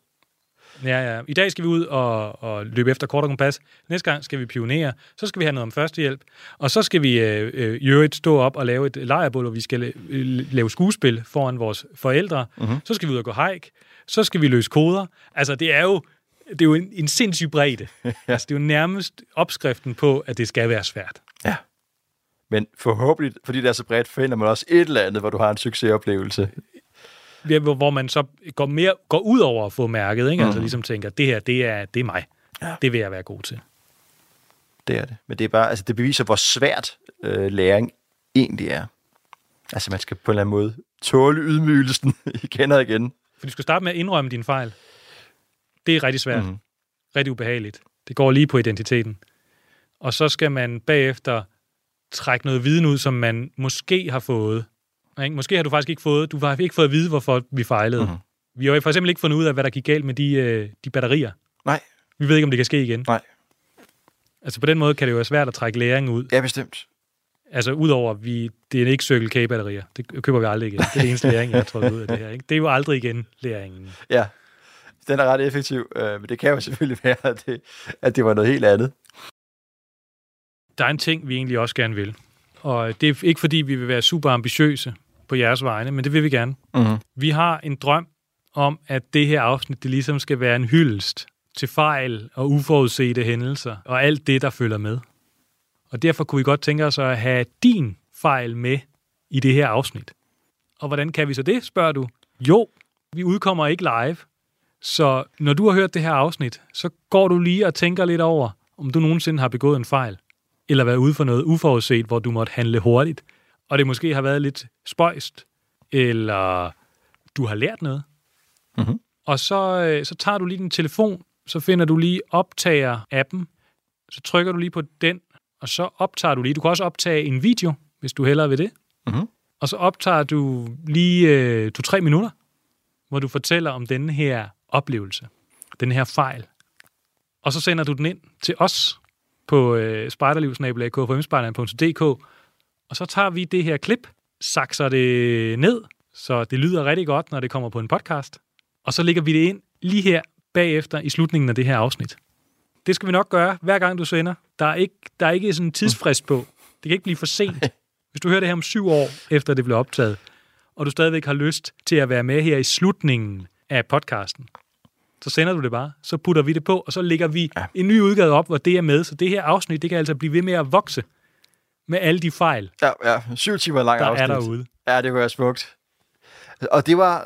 Ja. I dag skal vi ud og løbe efter kort og kompas. Næste gang skal vi pionere. Så skal vi have noget om førstehjælp. Og så skal vi i øvrigt stå op og lave et lejrbål, hvor vi skal lave skuespil foran vores forældre. Mm-hmm. Så skal vi ud og gå hike. Så skal vi løse koder. Altså, det er jo en sindssyg bredde. Altså, det er jo nærmest opskriften på, at det skal være svært. Ja. Men forhåbentlig, fordi det er så bredt, finder man også et eller andet, hvor du har en succesoplevelse. Hvor man så går ud over at få mærket, ikke? Altså ligesom tænker, det her, det er mig. Ja. Det vil jeg være god til. Det er det. Men det er bare, altså det beviser, hvor svært læring egentlig er. Altså man skal på en eller anden måde tåle ydmygelsen igen og igen. For du skal starte med at indrømme dine fejl. Det er rigtig svært. Mm-hmm. Rigtig ubehageligt. Det går lige på identiteten. Og så skal man bagefter trække noget viden ud, som man måske har fået. Ikke? Måske har du faktisk ikke fået, at vide, hvorfor vi fejlede. Mm-hmm. Vi har jo for eksempel ikke fundet ud af, hvad der gik galt med de batterier. Nej. Vi ved ikke, om det kan ske igen. Nej. Altså på den måde kan det jo være svært at trække læring ud. Ja, bestemt. Altså udover, det er ikke Circle K-batterier. Det køber vi aldrig igen. Det er det eneste læring, jeg har trukket ud af det her. Ikke? Det er jo aldrig igen læringen. Ja, den er ret effektiv. Men det kan jo selvfølgelig være, at det var noget helt andet. Der er en ting, vi egentlig også gerne vil. Og det er ikke, fordi vi vil være super ambitiøse på jeres vegne, men det vil vi gerne. Mm-hmm. Vi har en drøm om, at det her afsnit, det ligesom skal være en hyldest til fejl og uforudsete hændelser, og alt det, der følger med. Og derfor kunne vi godt tænke os at have din fejl med i det her afsnit. Og hvordan kan vi så det, spørger du? Jo, vi udkommer ikke live, så når du har hørt det her afsnit, så går du lige og tænker lidt over, om du nogensinde har begået en fejl, eller været ude for noget uforudset, hvor du måtte handle hurtigt, og det måske har været lidt spøjst, eller du har lært noget. Mm-hmm. Og så tager du lige din telefon, så finder du lige optager-appen, så trykker du lige på den, og så optager du lige. Du kan også optage en video, hvis du hellere vil det. Mm-hmm. Og så optager du lige 2-3 minutter, hvor du fortæller om denne her oplevelse, den her fejl. Og så sender du den ind til os på spejderliv@kfmspejderen.dk, og så tager vi det her klip, sakser det ned, så det lyder rigtig godt, når det kommer på en podcast, og så lægger vi det ind lige her bagefter i slutningen af det her afsnit. Det skal vi nok gøre, hver gang du sender. Der er ikke sådan en tidsfrist på. Det kan ikke blive for sent. Hvis du hører det her om 7 år, efter det bliver optaget, og du stadigvæk har lyst til at være med her i slutningen af podcasten, så sender du det bare, så putter vi det på, og så lægger vi en ny udgave op, hvor det er med. Så det her afsnit, det kan altså blive ved med at vokse med alle de fejl, 7 timer lang der afsnit. Er derude. Ja, det kunne være smukt. Og det var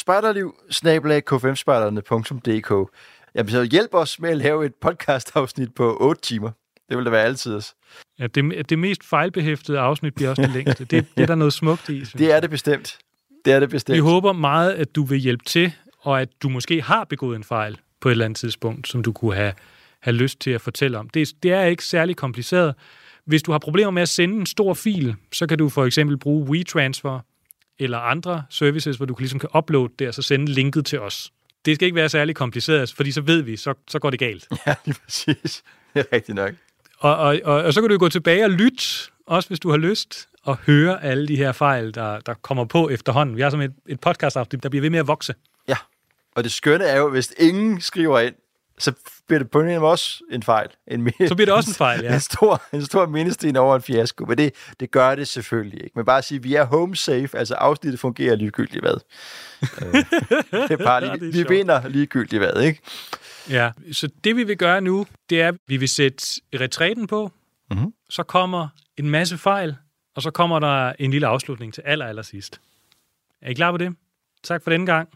spejderliv@kfmspejderne.dk. Jamen, så hjælp os med at lave et podcast-afsnit på 8 timer. Det vil da være altid os. Ja, det mest fejlbehæftede afsnit bliver også det længste. Det er der noget smukt i. Det er det bestemt. Det er det bestemt. Vi håber meget, at du vil hjælpe til, og at du måske har begået en fejl på et eller andet tidspunkt, som du kunne have lyst til at fortælle om. Det er ikke særlig kompliceret. Hvis du har problemer med at sende en stor fil, så kan du for eksempel bruge WeTransfer eller andre services, hvor du ligesom kan uploade det, og så sende linket til os. Det skal ikke være særlig kompliceret, fordi så ved vi, så går det galt. Ja, lige præcis. Det er rigtigt nok. Og så kan du gå tilbage og lytte, også hvis du har lyst, og høre alle de her fejl, der kommer på efterhånden. Vi har som et podcast-afsnit, der bliver ved med at vokse. Ja, og det skønne er jo, hvis ingen skriver ind, så bliver det på en måde også en fejl. Så bliver det også en fejl, ja. En stor mindesten over en fiasko, men det gør det selvfølgelig ikke. Men bare at sige, at vi er home safe, altså afsnittet fungerer ligegyldigt hvad. Det er bare vi vinder ligegyldigt hvad, ikke? Ja, så det vi vil gøre nu, det er, at vi vil sætte retræten på, mm-hmm. Så kommer en masse fejl, og så kommer der en lille afslutning til allersidst. Er I klar på det? Tak for denne gang.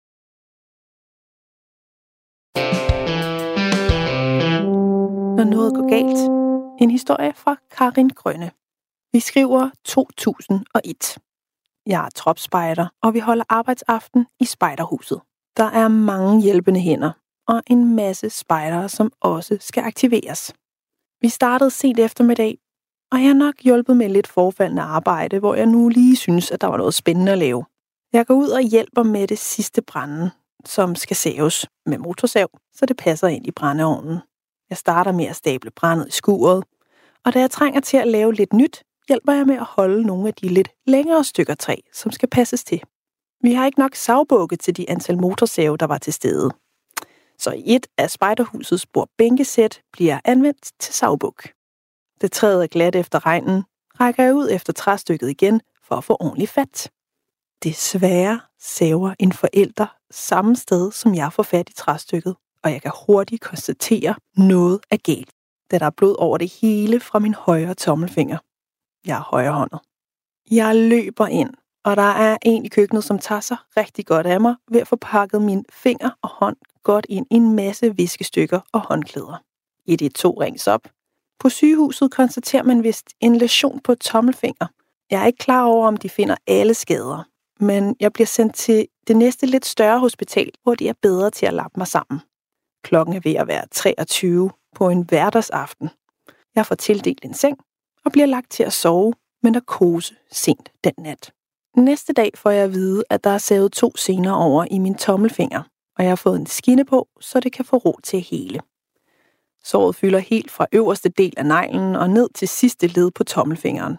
Når noget går galt. En historie fra Karin Grønne. Vi skriver 2001. Jeg er tropspejder, og vi holder arbejdsaften i spejderhuset. Der er mange hjælpende hænder, og en masse spejdere, som også skal aktiveres. Vi startede sent eftermiddag, og jeg har nok hjulpet med lidt forfaldende arbejde, hvor jeg nu lige synes, at der var noget spændende at lave. Jeg går ud og hjælper med det sidste brænde, som skal saves med motorsav, så det passer ind i brændeovnen. Jeg starter med at stable brændet i skuret, og da jeg trænger til at lave lidt nyt, hjælper jeg med at holde nogle af de lidt længere stykker træ, som skal passes til. Vi har ikke nok savbukke til de antal motorsave, der var til stede. Så et af spejderhusets bordbænkesæt bliver anvendt til savbuk. Det træet er glat efter regnen, rækker jeg ud efter træstykket igen for at få ordentlig fat. Desværre saver en forælder samme sted, som jeg får fat i træstykket, og jeg kan hurtigt konstatere, noget er galt, da der er blod over det hele fra min højre tommelfinger. Jeg er højrehåndet. Jeg løber ind, og der er en i køkkenet, som tager sig rigtig godt af mig ved at få pakket min finger og hånd godt ind i en masse viskestykker og håndklæder. 112 rings op. På sygehuset konstaterer man vist en læsion på tommelfinger. Jeg er ikke klar over, om de finder alle skader, men jeg bliver sendt til det næste lidt større hospital, hvor de er bedre til at lappe mig sammen. Klokken er ved at være 23 på en hverdagsaften. Jeg får tildelt en seng og bliver lagt til at sove med narkose sent den nat. Næste dag får jeg at vide, at der er savet 2 sener over i min tommelfinger, og jeg har fået en skinne på, så det kan få ro til at hele. Såret fylder helt fra øverste del af neglen og ned til sidste led på tommelfingeren.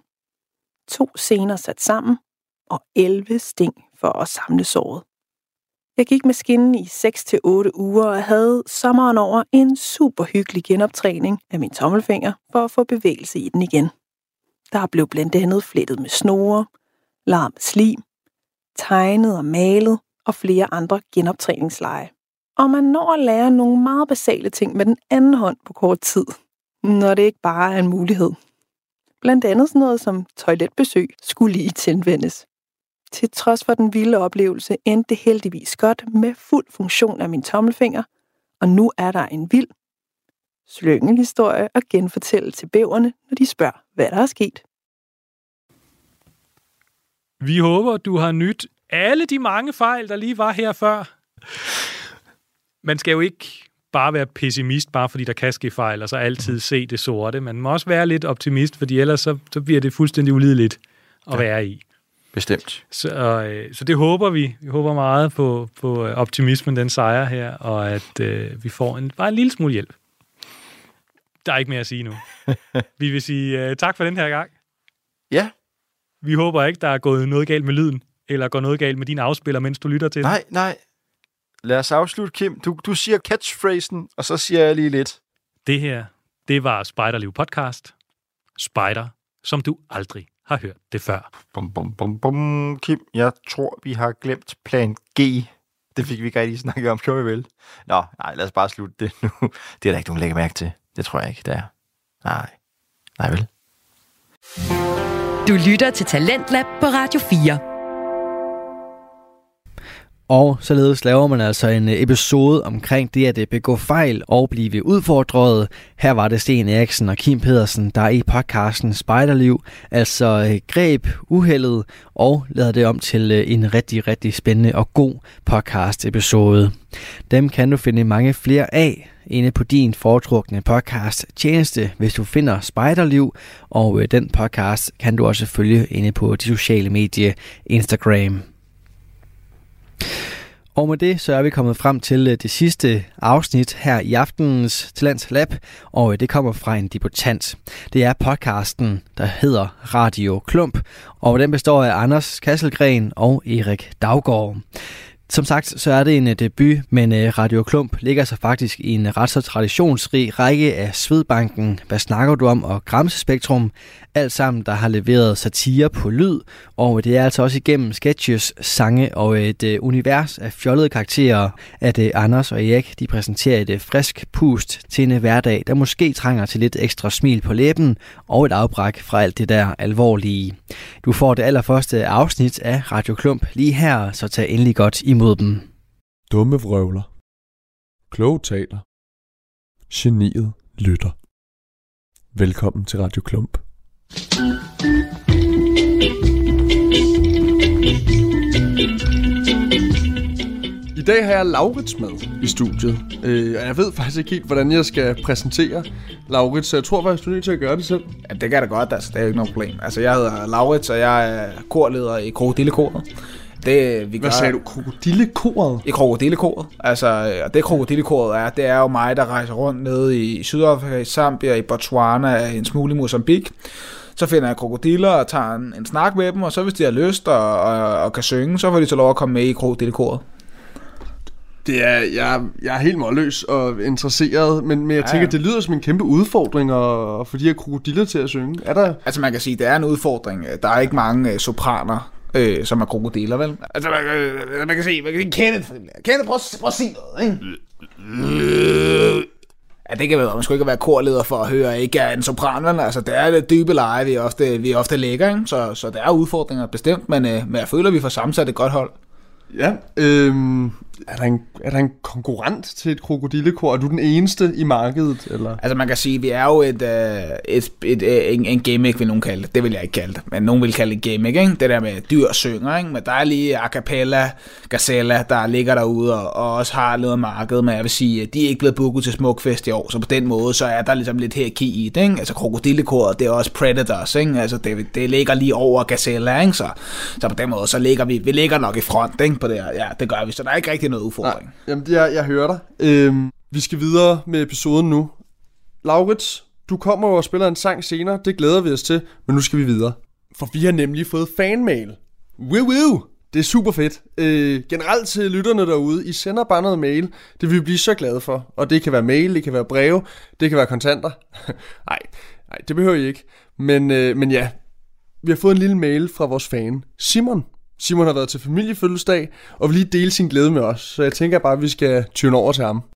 2 sener sat sammen og 11 sting for at samle såret. Jeg gik med skinnen i 6-8 uger og havde sommeren over en super hyggelig genoptræning af min tommelfinger for at få bevægelse i den igen. Der blev blandt andet flettet med snore, larmet slim, tegnet og malet og flere andre genoptræningslege. Og man når at lære nogle meget basale ting med den anden hånd på kort tid, når det ikke bare er en mulighed. Blandt andet sådan noget som toiletbesøg skulle lige tilvendes. Til trods for den vilde oplevelse endte det heldigvis godt med fuld funktion af min tommelfinger, og nu er der en vild slyngelhistorie at genfortælle til bæverne, når de spørger, hvad der er sket. Vi håber, du har nydt alle de mange fejl, der lige var her før. Man skal jo ikke bare være pessimist, bare fordi der kan ske fejl, og så altid se det sorte. Man må også være lidt optimist, fordi ellers så bliver det fuldstændig ulideligt at være i. Bestemt. Så det håber vi. Vi håber meget på optimismen, den sejrer her, og at vi får bare en lille smule hjælp. Der er ikke mere at sige nu. Vi vil sige tak for den her gang. Ja. Vi håber ikke, der er gået noget galt med lyden, eller går noget galt med din afspiller, mens du lytter til det. Nej. Lad os afslutte, Kim. Du siger catchphrasen, og så siger jeg lige lidt. Det her, det var Spejderliv podcast. Spejder, som du aldrig har hørt det før. Bum. Kim, jeg tror, vi har glemt plan G. Det fik vi ikke rigtig snakket om, gjorde vi vel? Nå, nej, lad os bare slutte det nu. Det er der ikke nogen, der lægger mærke til. Det tror jeg ikke, det er. Nej vel. Du lytter til Talentlab på Radio 4. Og således laver man altså en episode omkring det at begå fejl og blive udfordret. Her var det Sten Eriksen og Kim Pedersen, der i podcasten Spejderliv altså greb uheldet og lavede det om til en rigtig, rigtig spændende og god podcast episode. Dem kan du finde mange flere af inde på din foretrukne podcast tjeneste, hvis du finder Spejderliv, og den podcast kan du også følge inde på de sociale medier Instagram. Og med det, så er vi kommet frem til det sidste afsnit her i aftenens Talents Lab, og det kommer fra en debutant. Det er podcasten, der hedder Radio Klump, og den består af Anders Kasselgren og Erik Daugaard. Som sagt, så er det en debut, men Radio Klump ligger sig faktisk i en ret så traditionsrig række af Svedbanken, Hvad snakker du om? Og Gramsespektrum, alt sammen, der har leveret satire på lyd, og det er altså også igennem sketches, sange og et univers af fjollede karakterer, at Anders og Erik, de præsenterer et frisk pust til en hverdag, der måske trænger til lidt ekstra smil på læben og et afbræk fra alt det der alvorlige. Du får det allerførste afsnit af Radio Klump lige her, så tag endelig godt imod dem. Dumme vrøvler. Kloge taler. Geniet lytter. Velkommen til Radio Klump. I dag har jeg Laurits med i studiet. Og jeg ved faktisk ikke helt, hvordan jeg skal præsentere Laurits, så jeg tror faktisk, du er nødt til at gøre det selv. Ja, det kan da godt, altså. Det er jo ikke noget problem. Altså, jeg hedder Laurits, og jeg er korleder i Krokodillekoret. Hvad sagde du? Krokodillekoret? I Krokodillekoret. Altså, og det Krokodillekoret det er jo mig, der rejser rundt nede i Sydafrika, i Zambia, i Botswana, en smule i Mozambique. Så finder jeg krokodiller og tager en snak med dem, og så hvis de har lyst og kan synge, så får de så lov at komme med i Krokodillekoret. Jeg er helt målløs og interesseret, men jeg tænker, det lyder som en kæmpe udfordring at få de her krokodiller til at synge. Er der? Altså man kan sige, det er en udfordring. Der er ikke mange sopraner, som er krokodiller, vel? Altså man kan sige, Kenneth, prøv at sige noget, ikke? Ja, det kan være, man skulle ikke være korleder for at høre, ikke er en sopran, vel? Altså det er det dybe leje, vi ofte lægger, ikke? Så der er udfordringer bestemt, men jeg føler, at vi får sammensat et godt hold. Ja, er der en konkurrent til et krokodillekor? Er du den eneste i markedet? Eller? Altså man kan sige, at vi er jo en gimmick, vil nogen kalde det. Det vil jeg ikke kalde det, men nogen vil kalde det gimmick, ikke? Det der med dyr synger, ikke? Men der er lige a cappella, Gazella, der ligger derude og også har noget marked, men jeg vil sige, at de er ikke blevet booket til Smukfest i år, så på den måde, så er der ligesom lidt hierarki i det, ikke? Altså krokodillekoret, det er også Predators, ikke? Altså det ligger lige over Gazella, ikke? Så på den måde, så ligger vi ligger nok i front, ikke? På det her. Ja, det gør vi, så der er ikke rigtig noget udfordring. Nej, jamen jeg hører dig. Vi skal videre med episoden nu. Laurits, du kommer og spiller en sang senere, det glæder vi os til, men nu skal vi videre. For vi har nemlig fået fanmail. Woo! Det er super fedt. Generelt til lytterne derude, I sender bare noget mail, det vil vi blive så glade for. Og det kan være mail, det kan være breve, det kan være kontanter. Nej, det behøver I ikke. Men ja, vi har fået en lille mail fra vores fan, Simon. Simon har været til familiefødselsdag og vil lige dele sin glæde med os, så jeg tænker bare, at vi skal tune over til ham.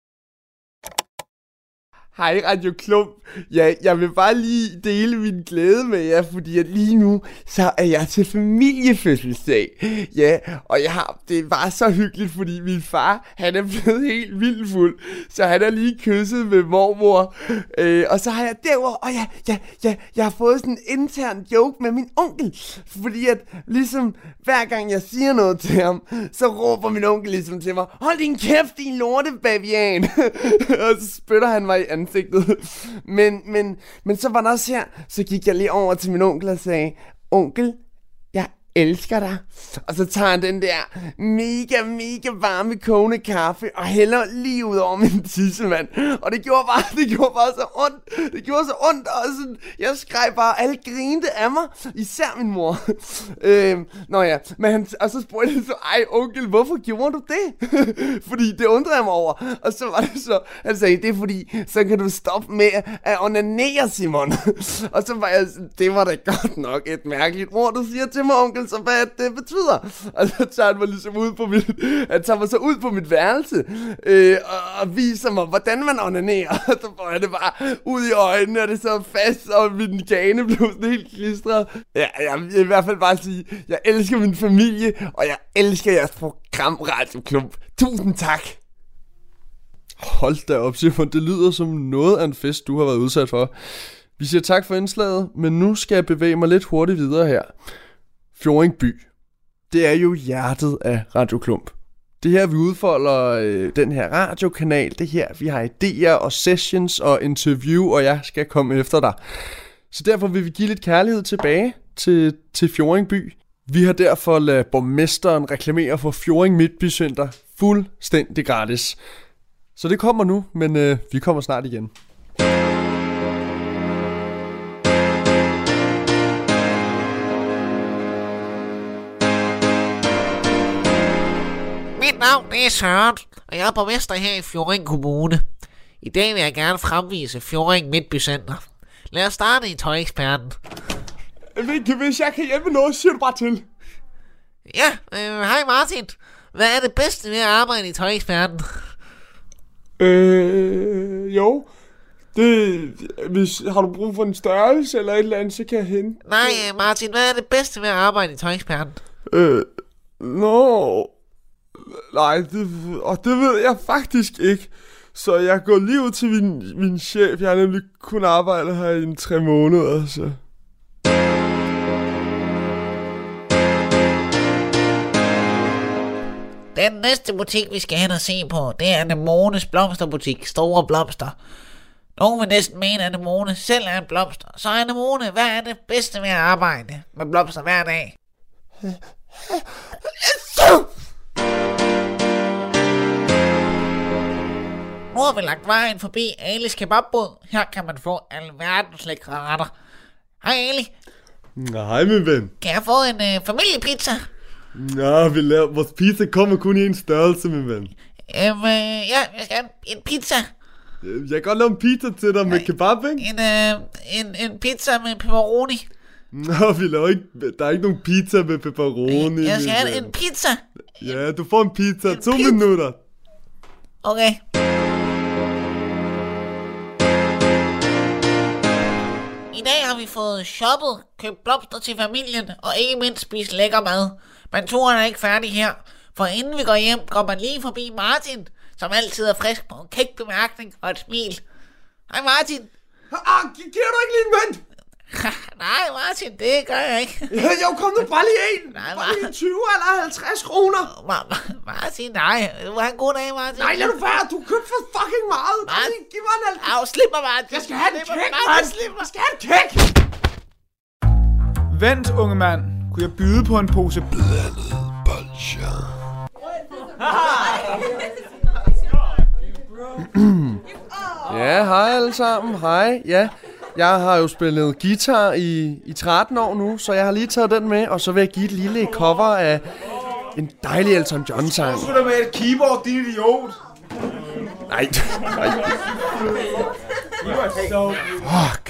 Hej Radio Klump. Ja, jeg vil bare lige dele min glæde med jer, fordi at lige nu, så er jeg til familiefødselsdag. Ja, og det var så hyggeligt, fordi min far, han er blevet helt vildt fuld, så han er lige kysset med mormor. Og så har jeg derovre, og jeg har fået sådan en intern joke med min onkel, fordi at ligesom hver gang jeg siger noget til ham, så råber min onkel ligesom til mig, hold din kæft, din lortebavian. Og så spytter han mig i ansigtet. Men så var der også her, så gik jeg lige over til min onkel og sagde, onkel, jeg elsker dig. Og så tager han den der mega varme kogende kaffe og hælder lige ud over min tissemand. Og det gjorde bare så ondt. Det gjorde så ondt, og sådan, jeg skreg bare, alle grinte af mig, især min mor. Og så spurgte jeg så, ej onkel, hvorfor gjorde du det? Fordi det undrede jeg mig over. Og så var det så, han sagde, det er fordi, så kan du stoppe med at onanere, Simon. Og så var jeg, det var da godt nok et mærkeligt ord, du siger til mig, onkel, så hvad det betyder. Og så tager han mig ligesom ud på mit værelse og viser mig, hvordan man onanerer. Og så får jeg det bare ud i øjnene, og det så fast, og min gane blev sådan helt klistret. Ja, jeg vil i hvert fald bare sige, jeg elsker min familie, og jeg elsker jeres program Radio Klump. Tusind tak. Hold da op, Simon. Det lyder som noget af en fest, du har været udsat for. Vi siger tak for indslaget, men nu skal jeg bevæge mig lidt hurtigt videre her. Fjording by. Det er jo hjertet af Radio Klump. Det her, vi udfolder den her radiokanal. Det her, vi har idéer og sessions og interview, og jeg skal komme efter dig. Så derfor vil vi give lidt kærlighed tilbage til Fjording by. Vi har derfor ladet borgmesteren reklamere for Fjording Midtbycenter fuldstændig gratis. Så det kommer nu, men vi kommer snart igen. Mit navn er Søren, og jeg er borgmester her i Fjording Kommune. I dag vil jeg gerne fremvise Fjording Midtbycenter. Lad os starte i Tøjeksperten. Hvis jeg kan hjælpe noget, siger du bare til. Ja, hej Martin. Hvad er det bedste ved at arbejde i Tøjeksperten? Jo. Har du brug for en størrelse eller et eller andet, så kan jeg hente. Nej, Martin, hvad er det bedste ved at arbejde i Tøjeksperten? Nej, det ved jeg faktisk ikke. Så jeg går lige ud til min chef. Jeg har nemlig kun arbejdet her i 3 måneder, så... Den næste butik, vi skal hen og se på, det er Anemones blomsterbutik. Store blomster. Nogen vil næsten mene, at Anemone selv er en blomster. Så Anemone, hvad er det bedste ved at arbejde med blomster hver dag? Nu har vi lagt vejen forbi Alis kebabbod. Her kan man få alverdens lækre retter. Hej Ali. Hej min ven. Kan jeg få en familiepizza? Ja, vores pizza kommer kun i en størrelse, min ven. Ja, jeg skal have en pizza. Jeg kan godt lave en pizza til dig med kebab, ikke? En pizza med pepperoni. Nå, der er ikke nogen pizza med pepperoni. Jeg skal have en pizza. Ja, du får en pizza. 2 minutter. Okay. I dag har vi fået shoppet, købt blomster til familien og ikke mindst spist lækker mad. Men turen er ikke færdig her, for inden vi går hjem, går man lige forbi Martin, som altid er frisk på en kæk bemærkning og et smil. Hej Martin. Giver du ikke lige en mønt? Nej Martin, det gør jeg ikke. Jo, kom nu bare lige en. Nej, bare lige 20 eller 50 kroner. Martin, nej. Du har en god dag, Martin. Nej, lad du være. Du købte for fucking meget. Martin. Giv mig en slip mig, Martin. Jeg skal have en kæk, Martin. Slip mig. Jeg skal have en kæk. Vent, unge mand. Kunne jeg byde på en pose blandet bolsjer? Ja, hej alle sammen. Hej, ja. Jeg har jo spillet guitar i 13 år nu, så jeg har lige taget den med, og så vil jeg give et lille cover af en dejlig Elton John-sang. Så er med et keyboard, din idiot. Nej. Fuck.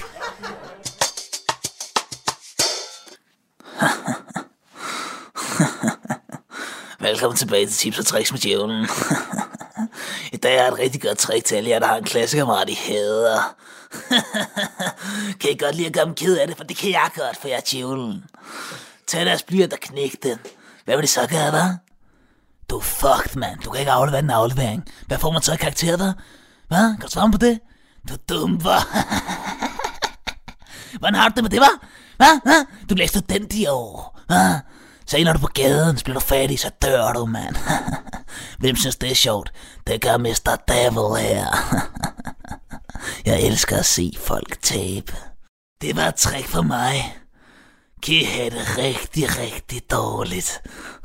Velkommen tilbage til Tips og Tricks med Djævlen. I dag er et rigtig godt trick til alle jer, der har en klassekammerat, I hader. Kan I godt lide at gøre dem ked af det, for det kan jeg godt, for jeg er Djævlen. Tag deres blyant og knæk den. Hvad vil det så gøre, hva'? Du er fucked, mand. Du kan ikke aflevere en aflevering. Hvad får man så i karakter, der? Hvad? Kan du svare på det? Du er dum, hva'? Hvordan har du det med det, hva'? Hvad? Du bliver student i år. Hvad? Så når du på gaden, så bliver du fattig, så dør du, mand. Hvem synes det er sjovt? Det gør Mr. Devil her. Jeg elsker at se folk tabe. Det var et trick for mig. Kan I have det rigtig, rigtig dårligt.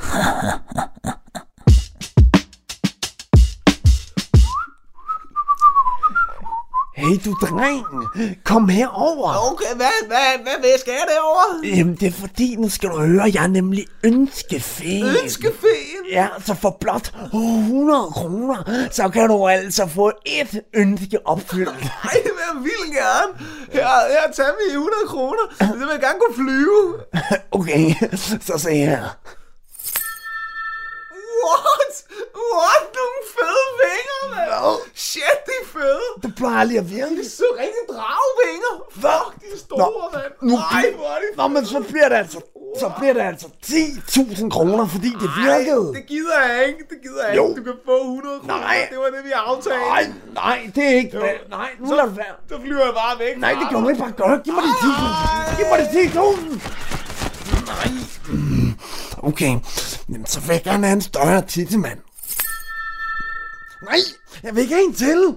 Hey du dreng, kom herover. Okay, hvad skal jeg derovre? Jamen det er fordi, nu skal du høre, jeg er nemlig ønskefæn. Ønskefæn? Ja, så for blot 100 kroner, så kan du altså få et ønske opfyldt. Nej, jeg vil gerne. Her tager vi 100 kroner. Så vil jeg gerne kunne flyve. Okay, så se her. What? Nogle fede vinger, mand. No. Shit, de er fede. Du plejer lige at virke. De så rigtig dragevinger. Fuck, de er store, mand. Nej, hvor er de fede. Nå, men så bliver det altså 10.000 kroner, fordi det virkede. Det gider jeg ikke. Du kan få 100 kroner. Nej. Det var det, vi aftalte. Nej, det er ikke. Nej, nu lader det være. Så flyver jeg bare væk. Nej, det kan du ikke bare gøre. Giv mig de 10.000. Giv mig de 10.000. Nej. Okay, jamen, så vil jeg gerne have en større tissemand. Nej, jeg vil ikke have en til.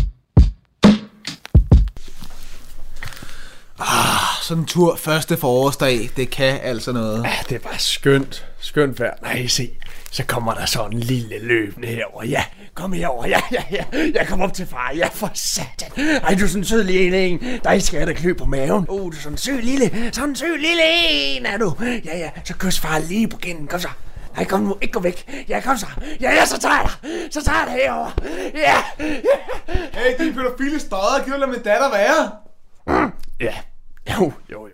Sådan en tur første forårsdag, det kan altså noget. Ja, det er bare skønt. Skønt vejr. Nej, se. Så kommer der sådan en lille løbende herover. Ja, kom herover. Ja. Jeg kommer op til far. Ja, for satan. Ej, du er sådan en sød lille en. Der skal jeg da klø på maven. Du er sådan en sød lille en, er du. Ja, så kys far lige på kinden. Kom så. Nej, kom nu. Ikke gå væk. Ja, kom så. Ja, så tager jeg dig herover. Ja. Hey, din pædofile stodder. Giv dig min datter være. Ja. Jo.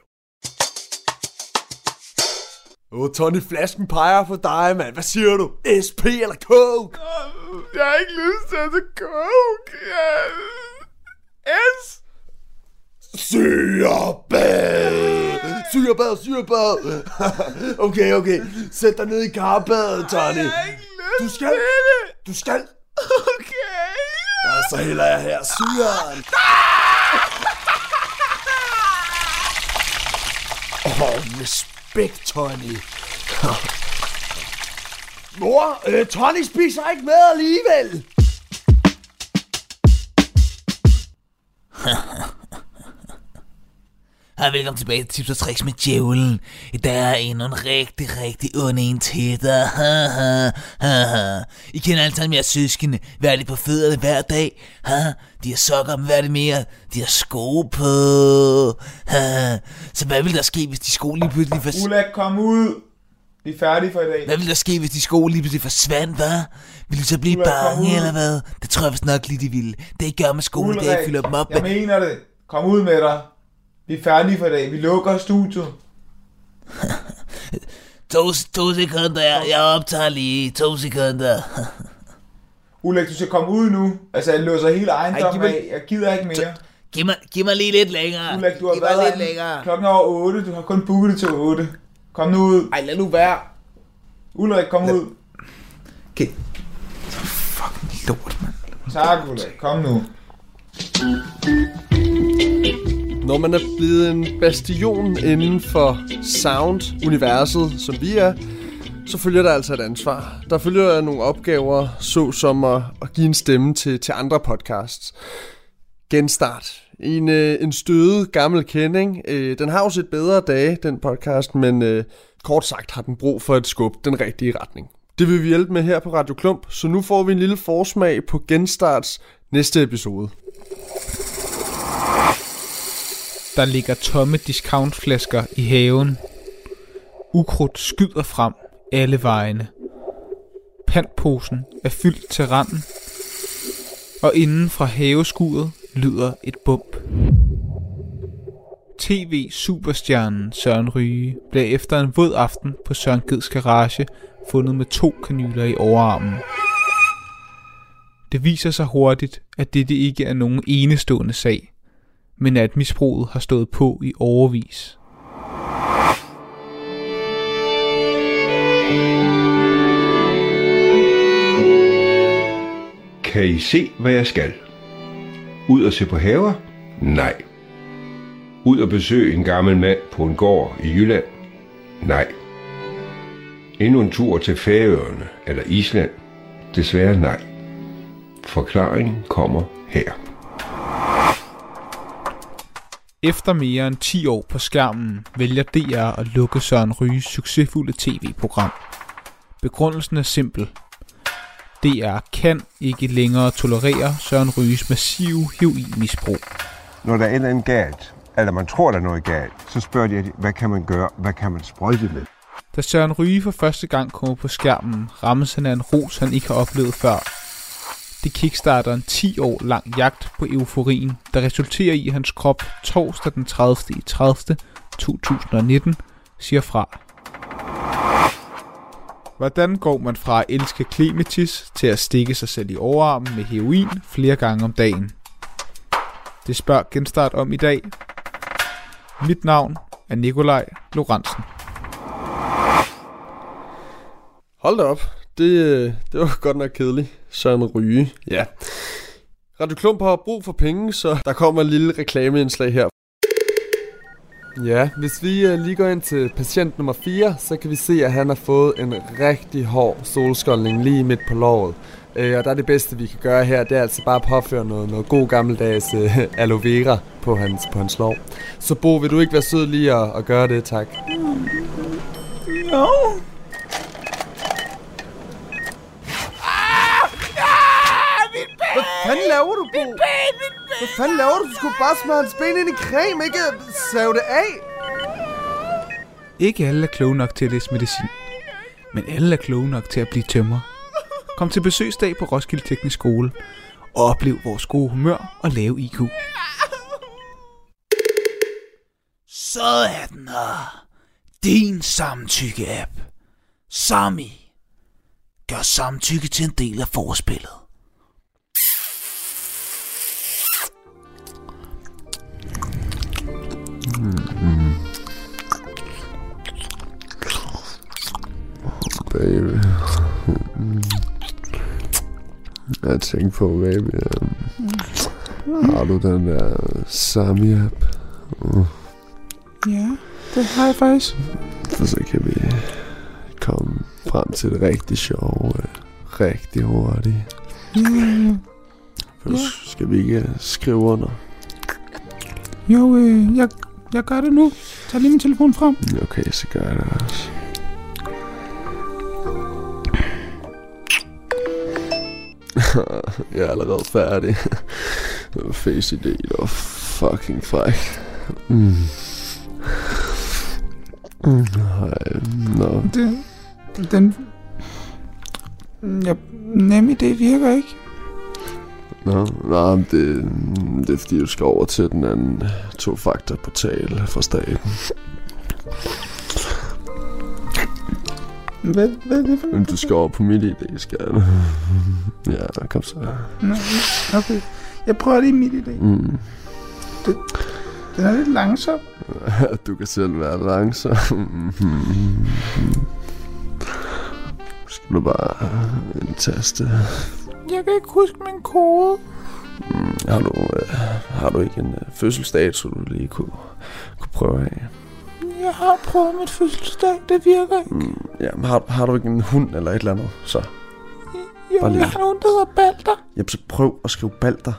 Tony, flasken peger på dig, mand. Hvad siger du? SP eller Coke? Jeg har ikke lyst til at tage Coke. S. Syrebad. Okay. Sæt dig ned i karbadet, Tony. Jeg har ikke lyst til det. Du skal. Okay. Og så hælder jeg her syren. Respekt, Tony. Mor, Tony spiser ikke med alligevel. Hej, velkommen tilbage til Tips og Tricks med Djævlen. I dag er endnu en rigtig ond en til dig. I kender alle sammen jeres søskende. Vær lidt på fødderne hver dag. De har sokker om hver det mere. De har sko på. Så hvad vil der ske, hvis de sko lige pludselig Ulrik, kom ud. Vi er færdige for i dag. Hvad vil der ske, hvis de sko lige pludselig forsvandt, hva'? Vil de så blive bange, eller hvad? Det tror jeg vist nok lige, de ville. Det gør med skolen, det fylder dem op. Jeg mener det. Kom ud med dig. Vi er færdige for i dag. Vi lukker studiet. 2 sekunder. Jeg optager lige. 2 sekunder. Ulrik, du skal komme ud nu. Altså, jeg låser hele ejendommen af. Jeg gider ikke mere. Giv mig lige lidt længere. Ulrik, du har været lidt længere. Klokken er over 8. Du har kun booket det til 8. Kom nu ud. Ej, lad nu være. Ulrik, kom ud. Okay. Så fucking lort, mand. Tak, Ulrik. Kom nu. Når man er blevet en bastion inden for sound-universet, som vi er, så følger der altså et ansvar. Der følger nogle opgaver, såsom at give en stemme til andre podcasts. Genstart. En stødet gammel kending. Den har jo set bedre dage, den podcast, men kort sagt har den brug for et skub den rigtige retning. Det vil vi hjælpe med her på Radio Klump, så nu får vi en lille forsmag på Genstarts næste episode. Der ligger tomme discountflasker i haven. Ukrudt skyder frem alle vejene. Pantposen er fyldt til randen. Og inden fra haveskuret lyder et bump. TV-superstjernen Søren Ryge blev efter en våd aften på Søren Geds garage fundet med 2 kanyler i overarmen. Det viser sig hurtigt, at dette ikke er nogen enestående sag, men at misbruget har stået på i årevis. Kan I se, hvad jeg skal? Ud og se på haver? Nej. Ud og besøge en gammel mand på en gård i Jylland? Nej. Endnu en tur til Færøerne eller Island? Desværre nej. Forklaringen kommer her. Efter mere end 10 år på skærmen vælger DR at lukke Søren Ryges succesfulde tv-program. Begrundelsen er simpel. DR kan ikke længere tolerere Søren Ryges massive heroinmisbrug. Når der er et eller andet galt, eller man tror, der er noget galt, så spørger de, hvad kan man gøre? Hvad kan man sprøjte med? Da Søren Ryge for første gang kommer på skærmen, rammes han af en ros, han ikke har oplevet før. Det kickstarter en 10 år lang jagt på euforien, der resulterer i, at hans krop torsdag den 30.30.2019 siger fra. Hvordan går man fra at elske Clematis til at stikke sig selv i overarmen med heroin flere gange om dagen? Det spørger Genstart om i dag. Mit navn er Nikolaj Lorentzen. Hold da op. Det var godt nok kedeligt. Søren Ryge. Ja. Radio Klump har brug for penge, så der kommer en lille reklameindslag her. Ja, hvis vi lige går ind til patient nummer 4, så kan vi se, at han har fået en rigtig hård solskoldning lige midt på låret. Og der er det bedste, vi kan gøre her, det er altså bare at påføre noget god gammeldags aloe vera på hans lår. Så Bo, vil du ikke være sød lige at gøre det, tak? Jo. Hvad fanden laver du, Bo? Hvad fanden laver du? Du skulle bare smøre hans ben ind i creme, ikke save det af. Ikke alle er kloge nok til at læse medicin, men alle er kloge nok til at blive tømrer. Kom til besøgsdag på Roskilde Teknisk Skole og oplev vores gode humør og lave IQ. Så er den her. Din samtykke-app. Sami. Gør samtykke til en del af forspillet. Baby. Jeg tænkte på, baby. Har du den der Sami-app? Ja, det har jeg faktisk. Så kan vi komme frem til det rigtig sjove, rigtig hurtigt. Skal vi ikke skrive under? Jo, jeg gør det nu. Tag lige min telefon frem. Okay, så gør jeg det også. Jeg er allerede færdig. Face ID, det var fucking fræk. Nå. Nem idé virker ikke. Nå, det er fordi, du skal over til den anden 2-faktor-portal fra staten. Hvad er det for noget? Du skal over på mit ID, skal du. Ja, kom så. Nå, okay. Jeg prøver lige mit ID. Den er lidt langsom. Du kan selv være langsom. Skal du bare en taste. Jeg kan ikke huske min kode. Har du ikke en fødselsdato, du lige kunne prøve af? Jeg har prøvet mit fødselsdag, det virker ikke. Ja, men har du ikke en hund eller et eller andet, så? Jo, jeg har nogen, der hedder Balder. Jamen, så prøv at skrive Balder.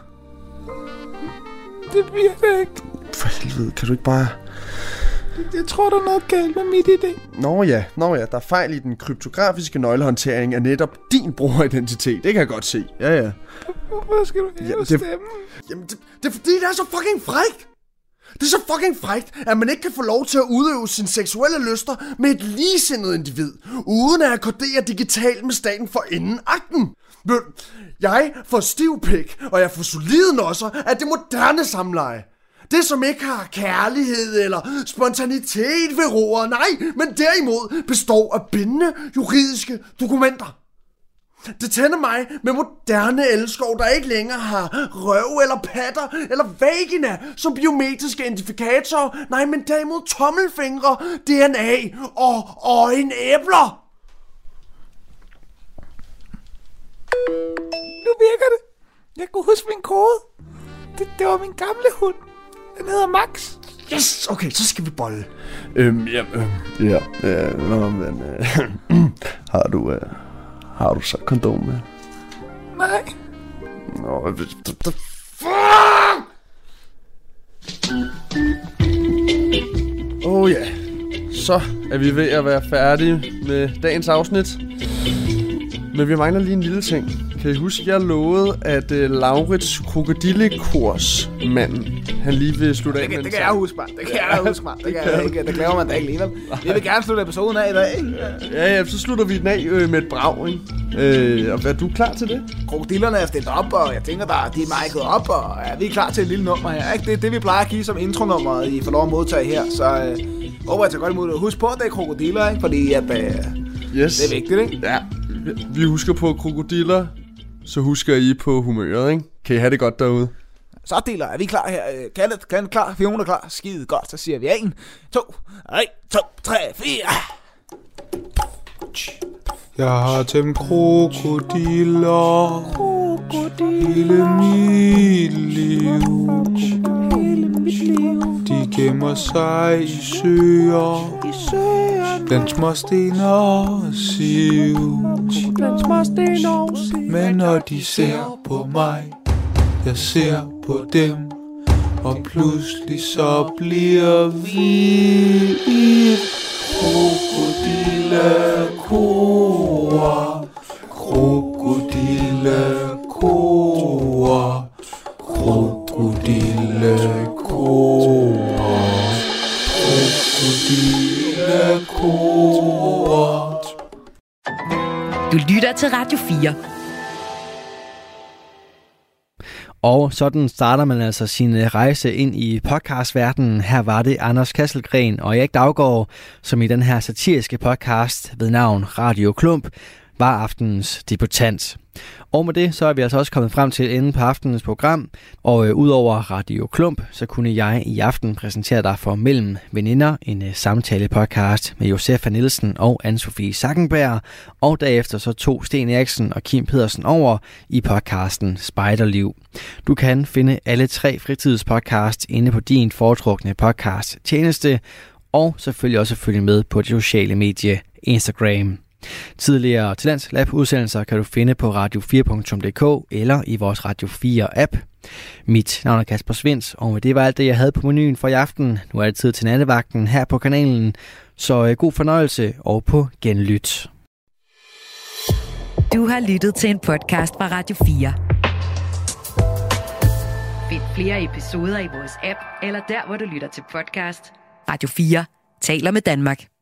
Det virker ikke. For helvede, kan du ikke bare... Jeg tror, der er noget galt med mit idé. Nå ja, der er fejl i den kryptografiske nøglehåndtering af netop din brugeridentitet. Det kan jeg godt se. Ja. Hvorfor skal du hæve stemmen? Jamen, det er fordi, det er så fucking frækt. Det er så fucking frækt, at man ikke kan få lov til at udøve sine seksuelle lyster med et ligesindet individ, uden at akkordere digitalt med staten for inden akten. Jeg får stiv pik, og jeg får solide nosser af det moderne samleje. Det, som ikke har kærlighed eller spontanitet ved roret, nej, men derimod består af bindende juridiske dokumenter. Det tænder mig med moderne elskov, der ikke længere har røv eller patter eller vagina som biometriske identifikatorer, nej, men derimod tommelfingre, DNA og øjenæbler. Nu virker det. Jeg kunne huske min kode. Det var min gamle hund. Den hedder Max. Yes, okay, så skal vi bolle. Har du så kondom med? Nej. Nå, ja, så er vi ved at være færdige med dagens afsnit. Men vi mangler lige en lille ting. Kan I huske, jeg lovede, at Laurits krokodillekurs manden, han lige vil slutte af med det kan jeg huske, man. Det glæder man da ikke alligevel. Vi vil gerne slutte episoden af i dag, ikke? Ja, så slutter vi den af med et brag, ikke? Og er du klar til det? Krokodillerne er stillet op, og jeg tænker, de er mic'et op, og vi er klar til et lille nummer her, ikke? Det er det, vi plejer at give som intronummeret, I får lov at modtage her, så håber jeg tager godt imod det. Husk på, at det er krokodiller, ikke? Fordi at, yes. Det er vigtigt, ikke? Ja, vi husker på krokodiller. Så husker I på humøret, ikke? Kan I have det godt derude? Så deler, er vi klar her? Kan klar? Fiona klar? Skide godt, så siger vi 1, 2, 3, 4. Jeg har tæmt krokodiller hele mit liv. De gemmer sig i søer, blandt småsten og siv. Men når de ser på mig, jeg ser på dem, og pludselig så bliver vi et krokodillekor. Krokodillekor. Du lytter til Radio 4. Og sådan starter man altså sin rejse ind i podcastverdenen. Her var det Anders Kasselgren og Erik Daugaard, som i den her satiriske podcast ved navn Radio Klump var aftenens debutant. Og med det, så er vi altså også kommet frem til enden på aftenens program. Og udover Radio Klump, så kunne jeg i aften præsentere dig for Mellem Veninder, en samtale-podcast med Josefa Nielsen og Anne-Sophie Sackenberg. Og derefter så tog Sten Eriksen og Kim Pedersen over i podcasten Spejderliv. Du kan finde alle 3 fritidspodcasts inde på din foretrukne podcast-tjeneste. Og selvfølgelig også følge med på det sociale medie Instagram. Tidligere Talents Lab udsendelser kan du finde på radio4.dk eller i vores Radio 4-app. Mit navn er Kasper Svinds, og det var alt det, jeg havde på menuen for i aften. Nu er det tid til nattevagten her på kanalen, så god fornøjelse og på genlyt. Du har lyttet til en podcast fra Radio 4. Find flere episoder i vores app, eller der, hvor du lytter til podcast. Radio 4 taler med Danmark.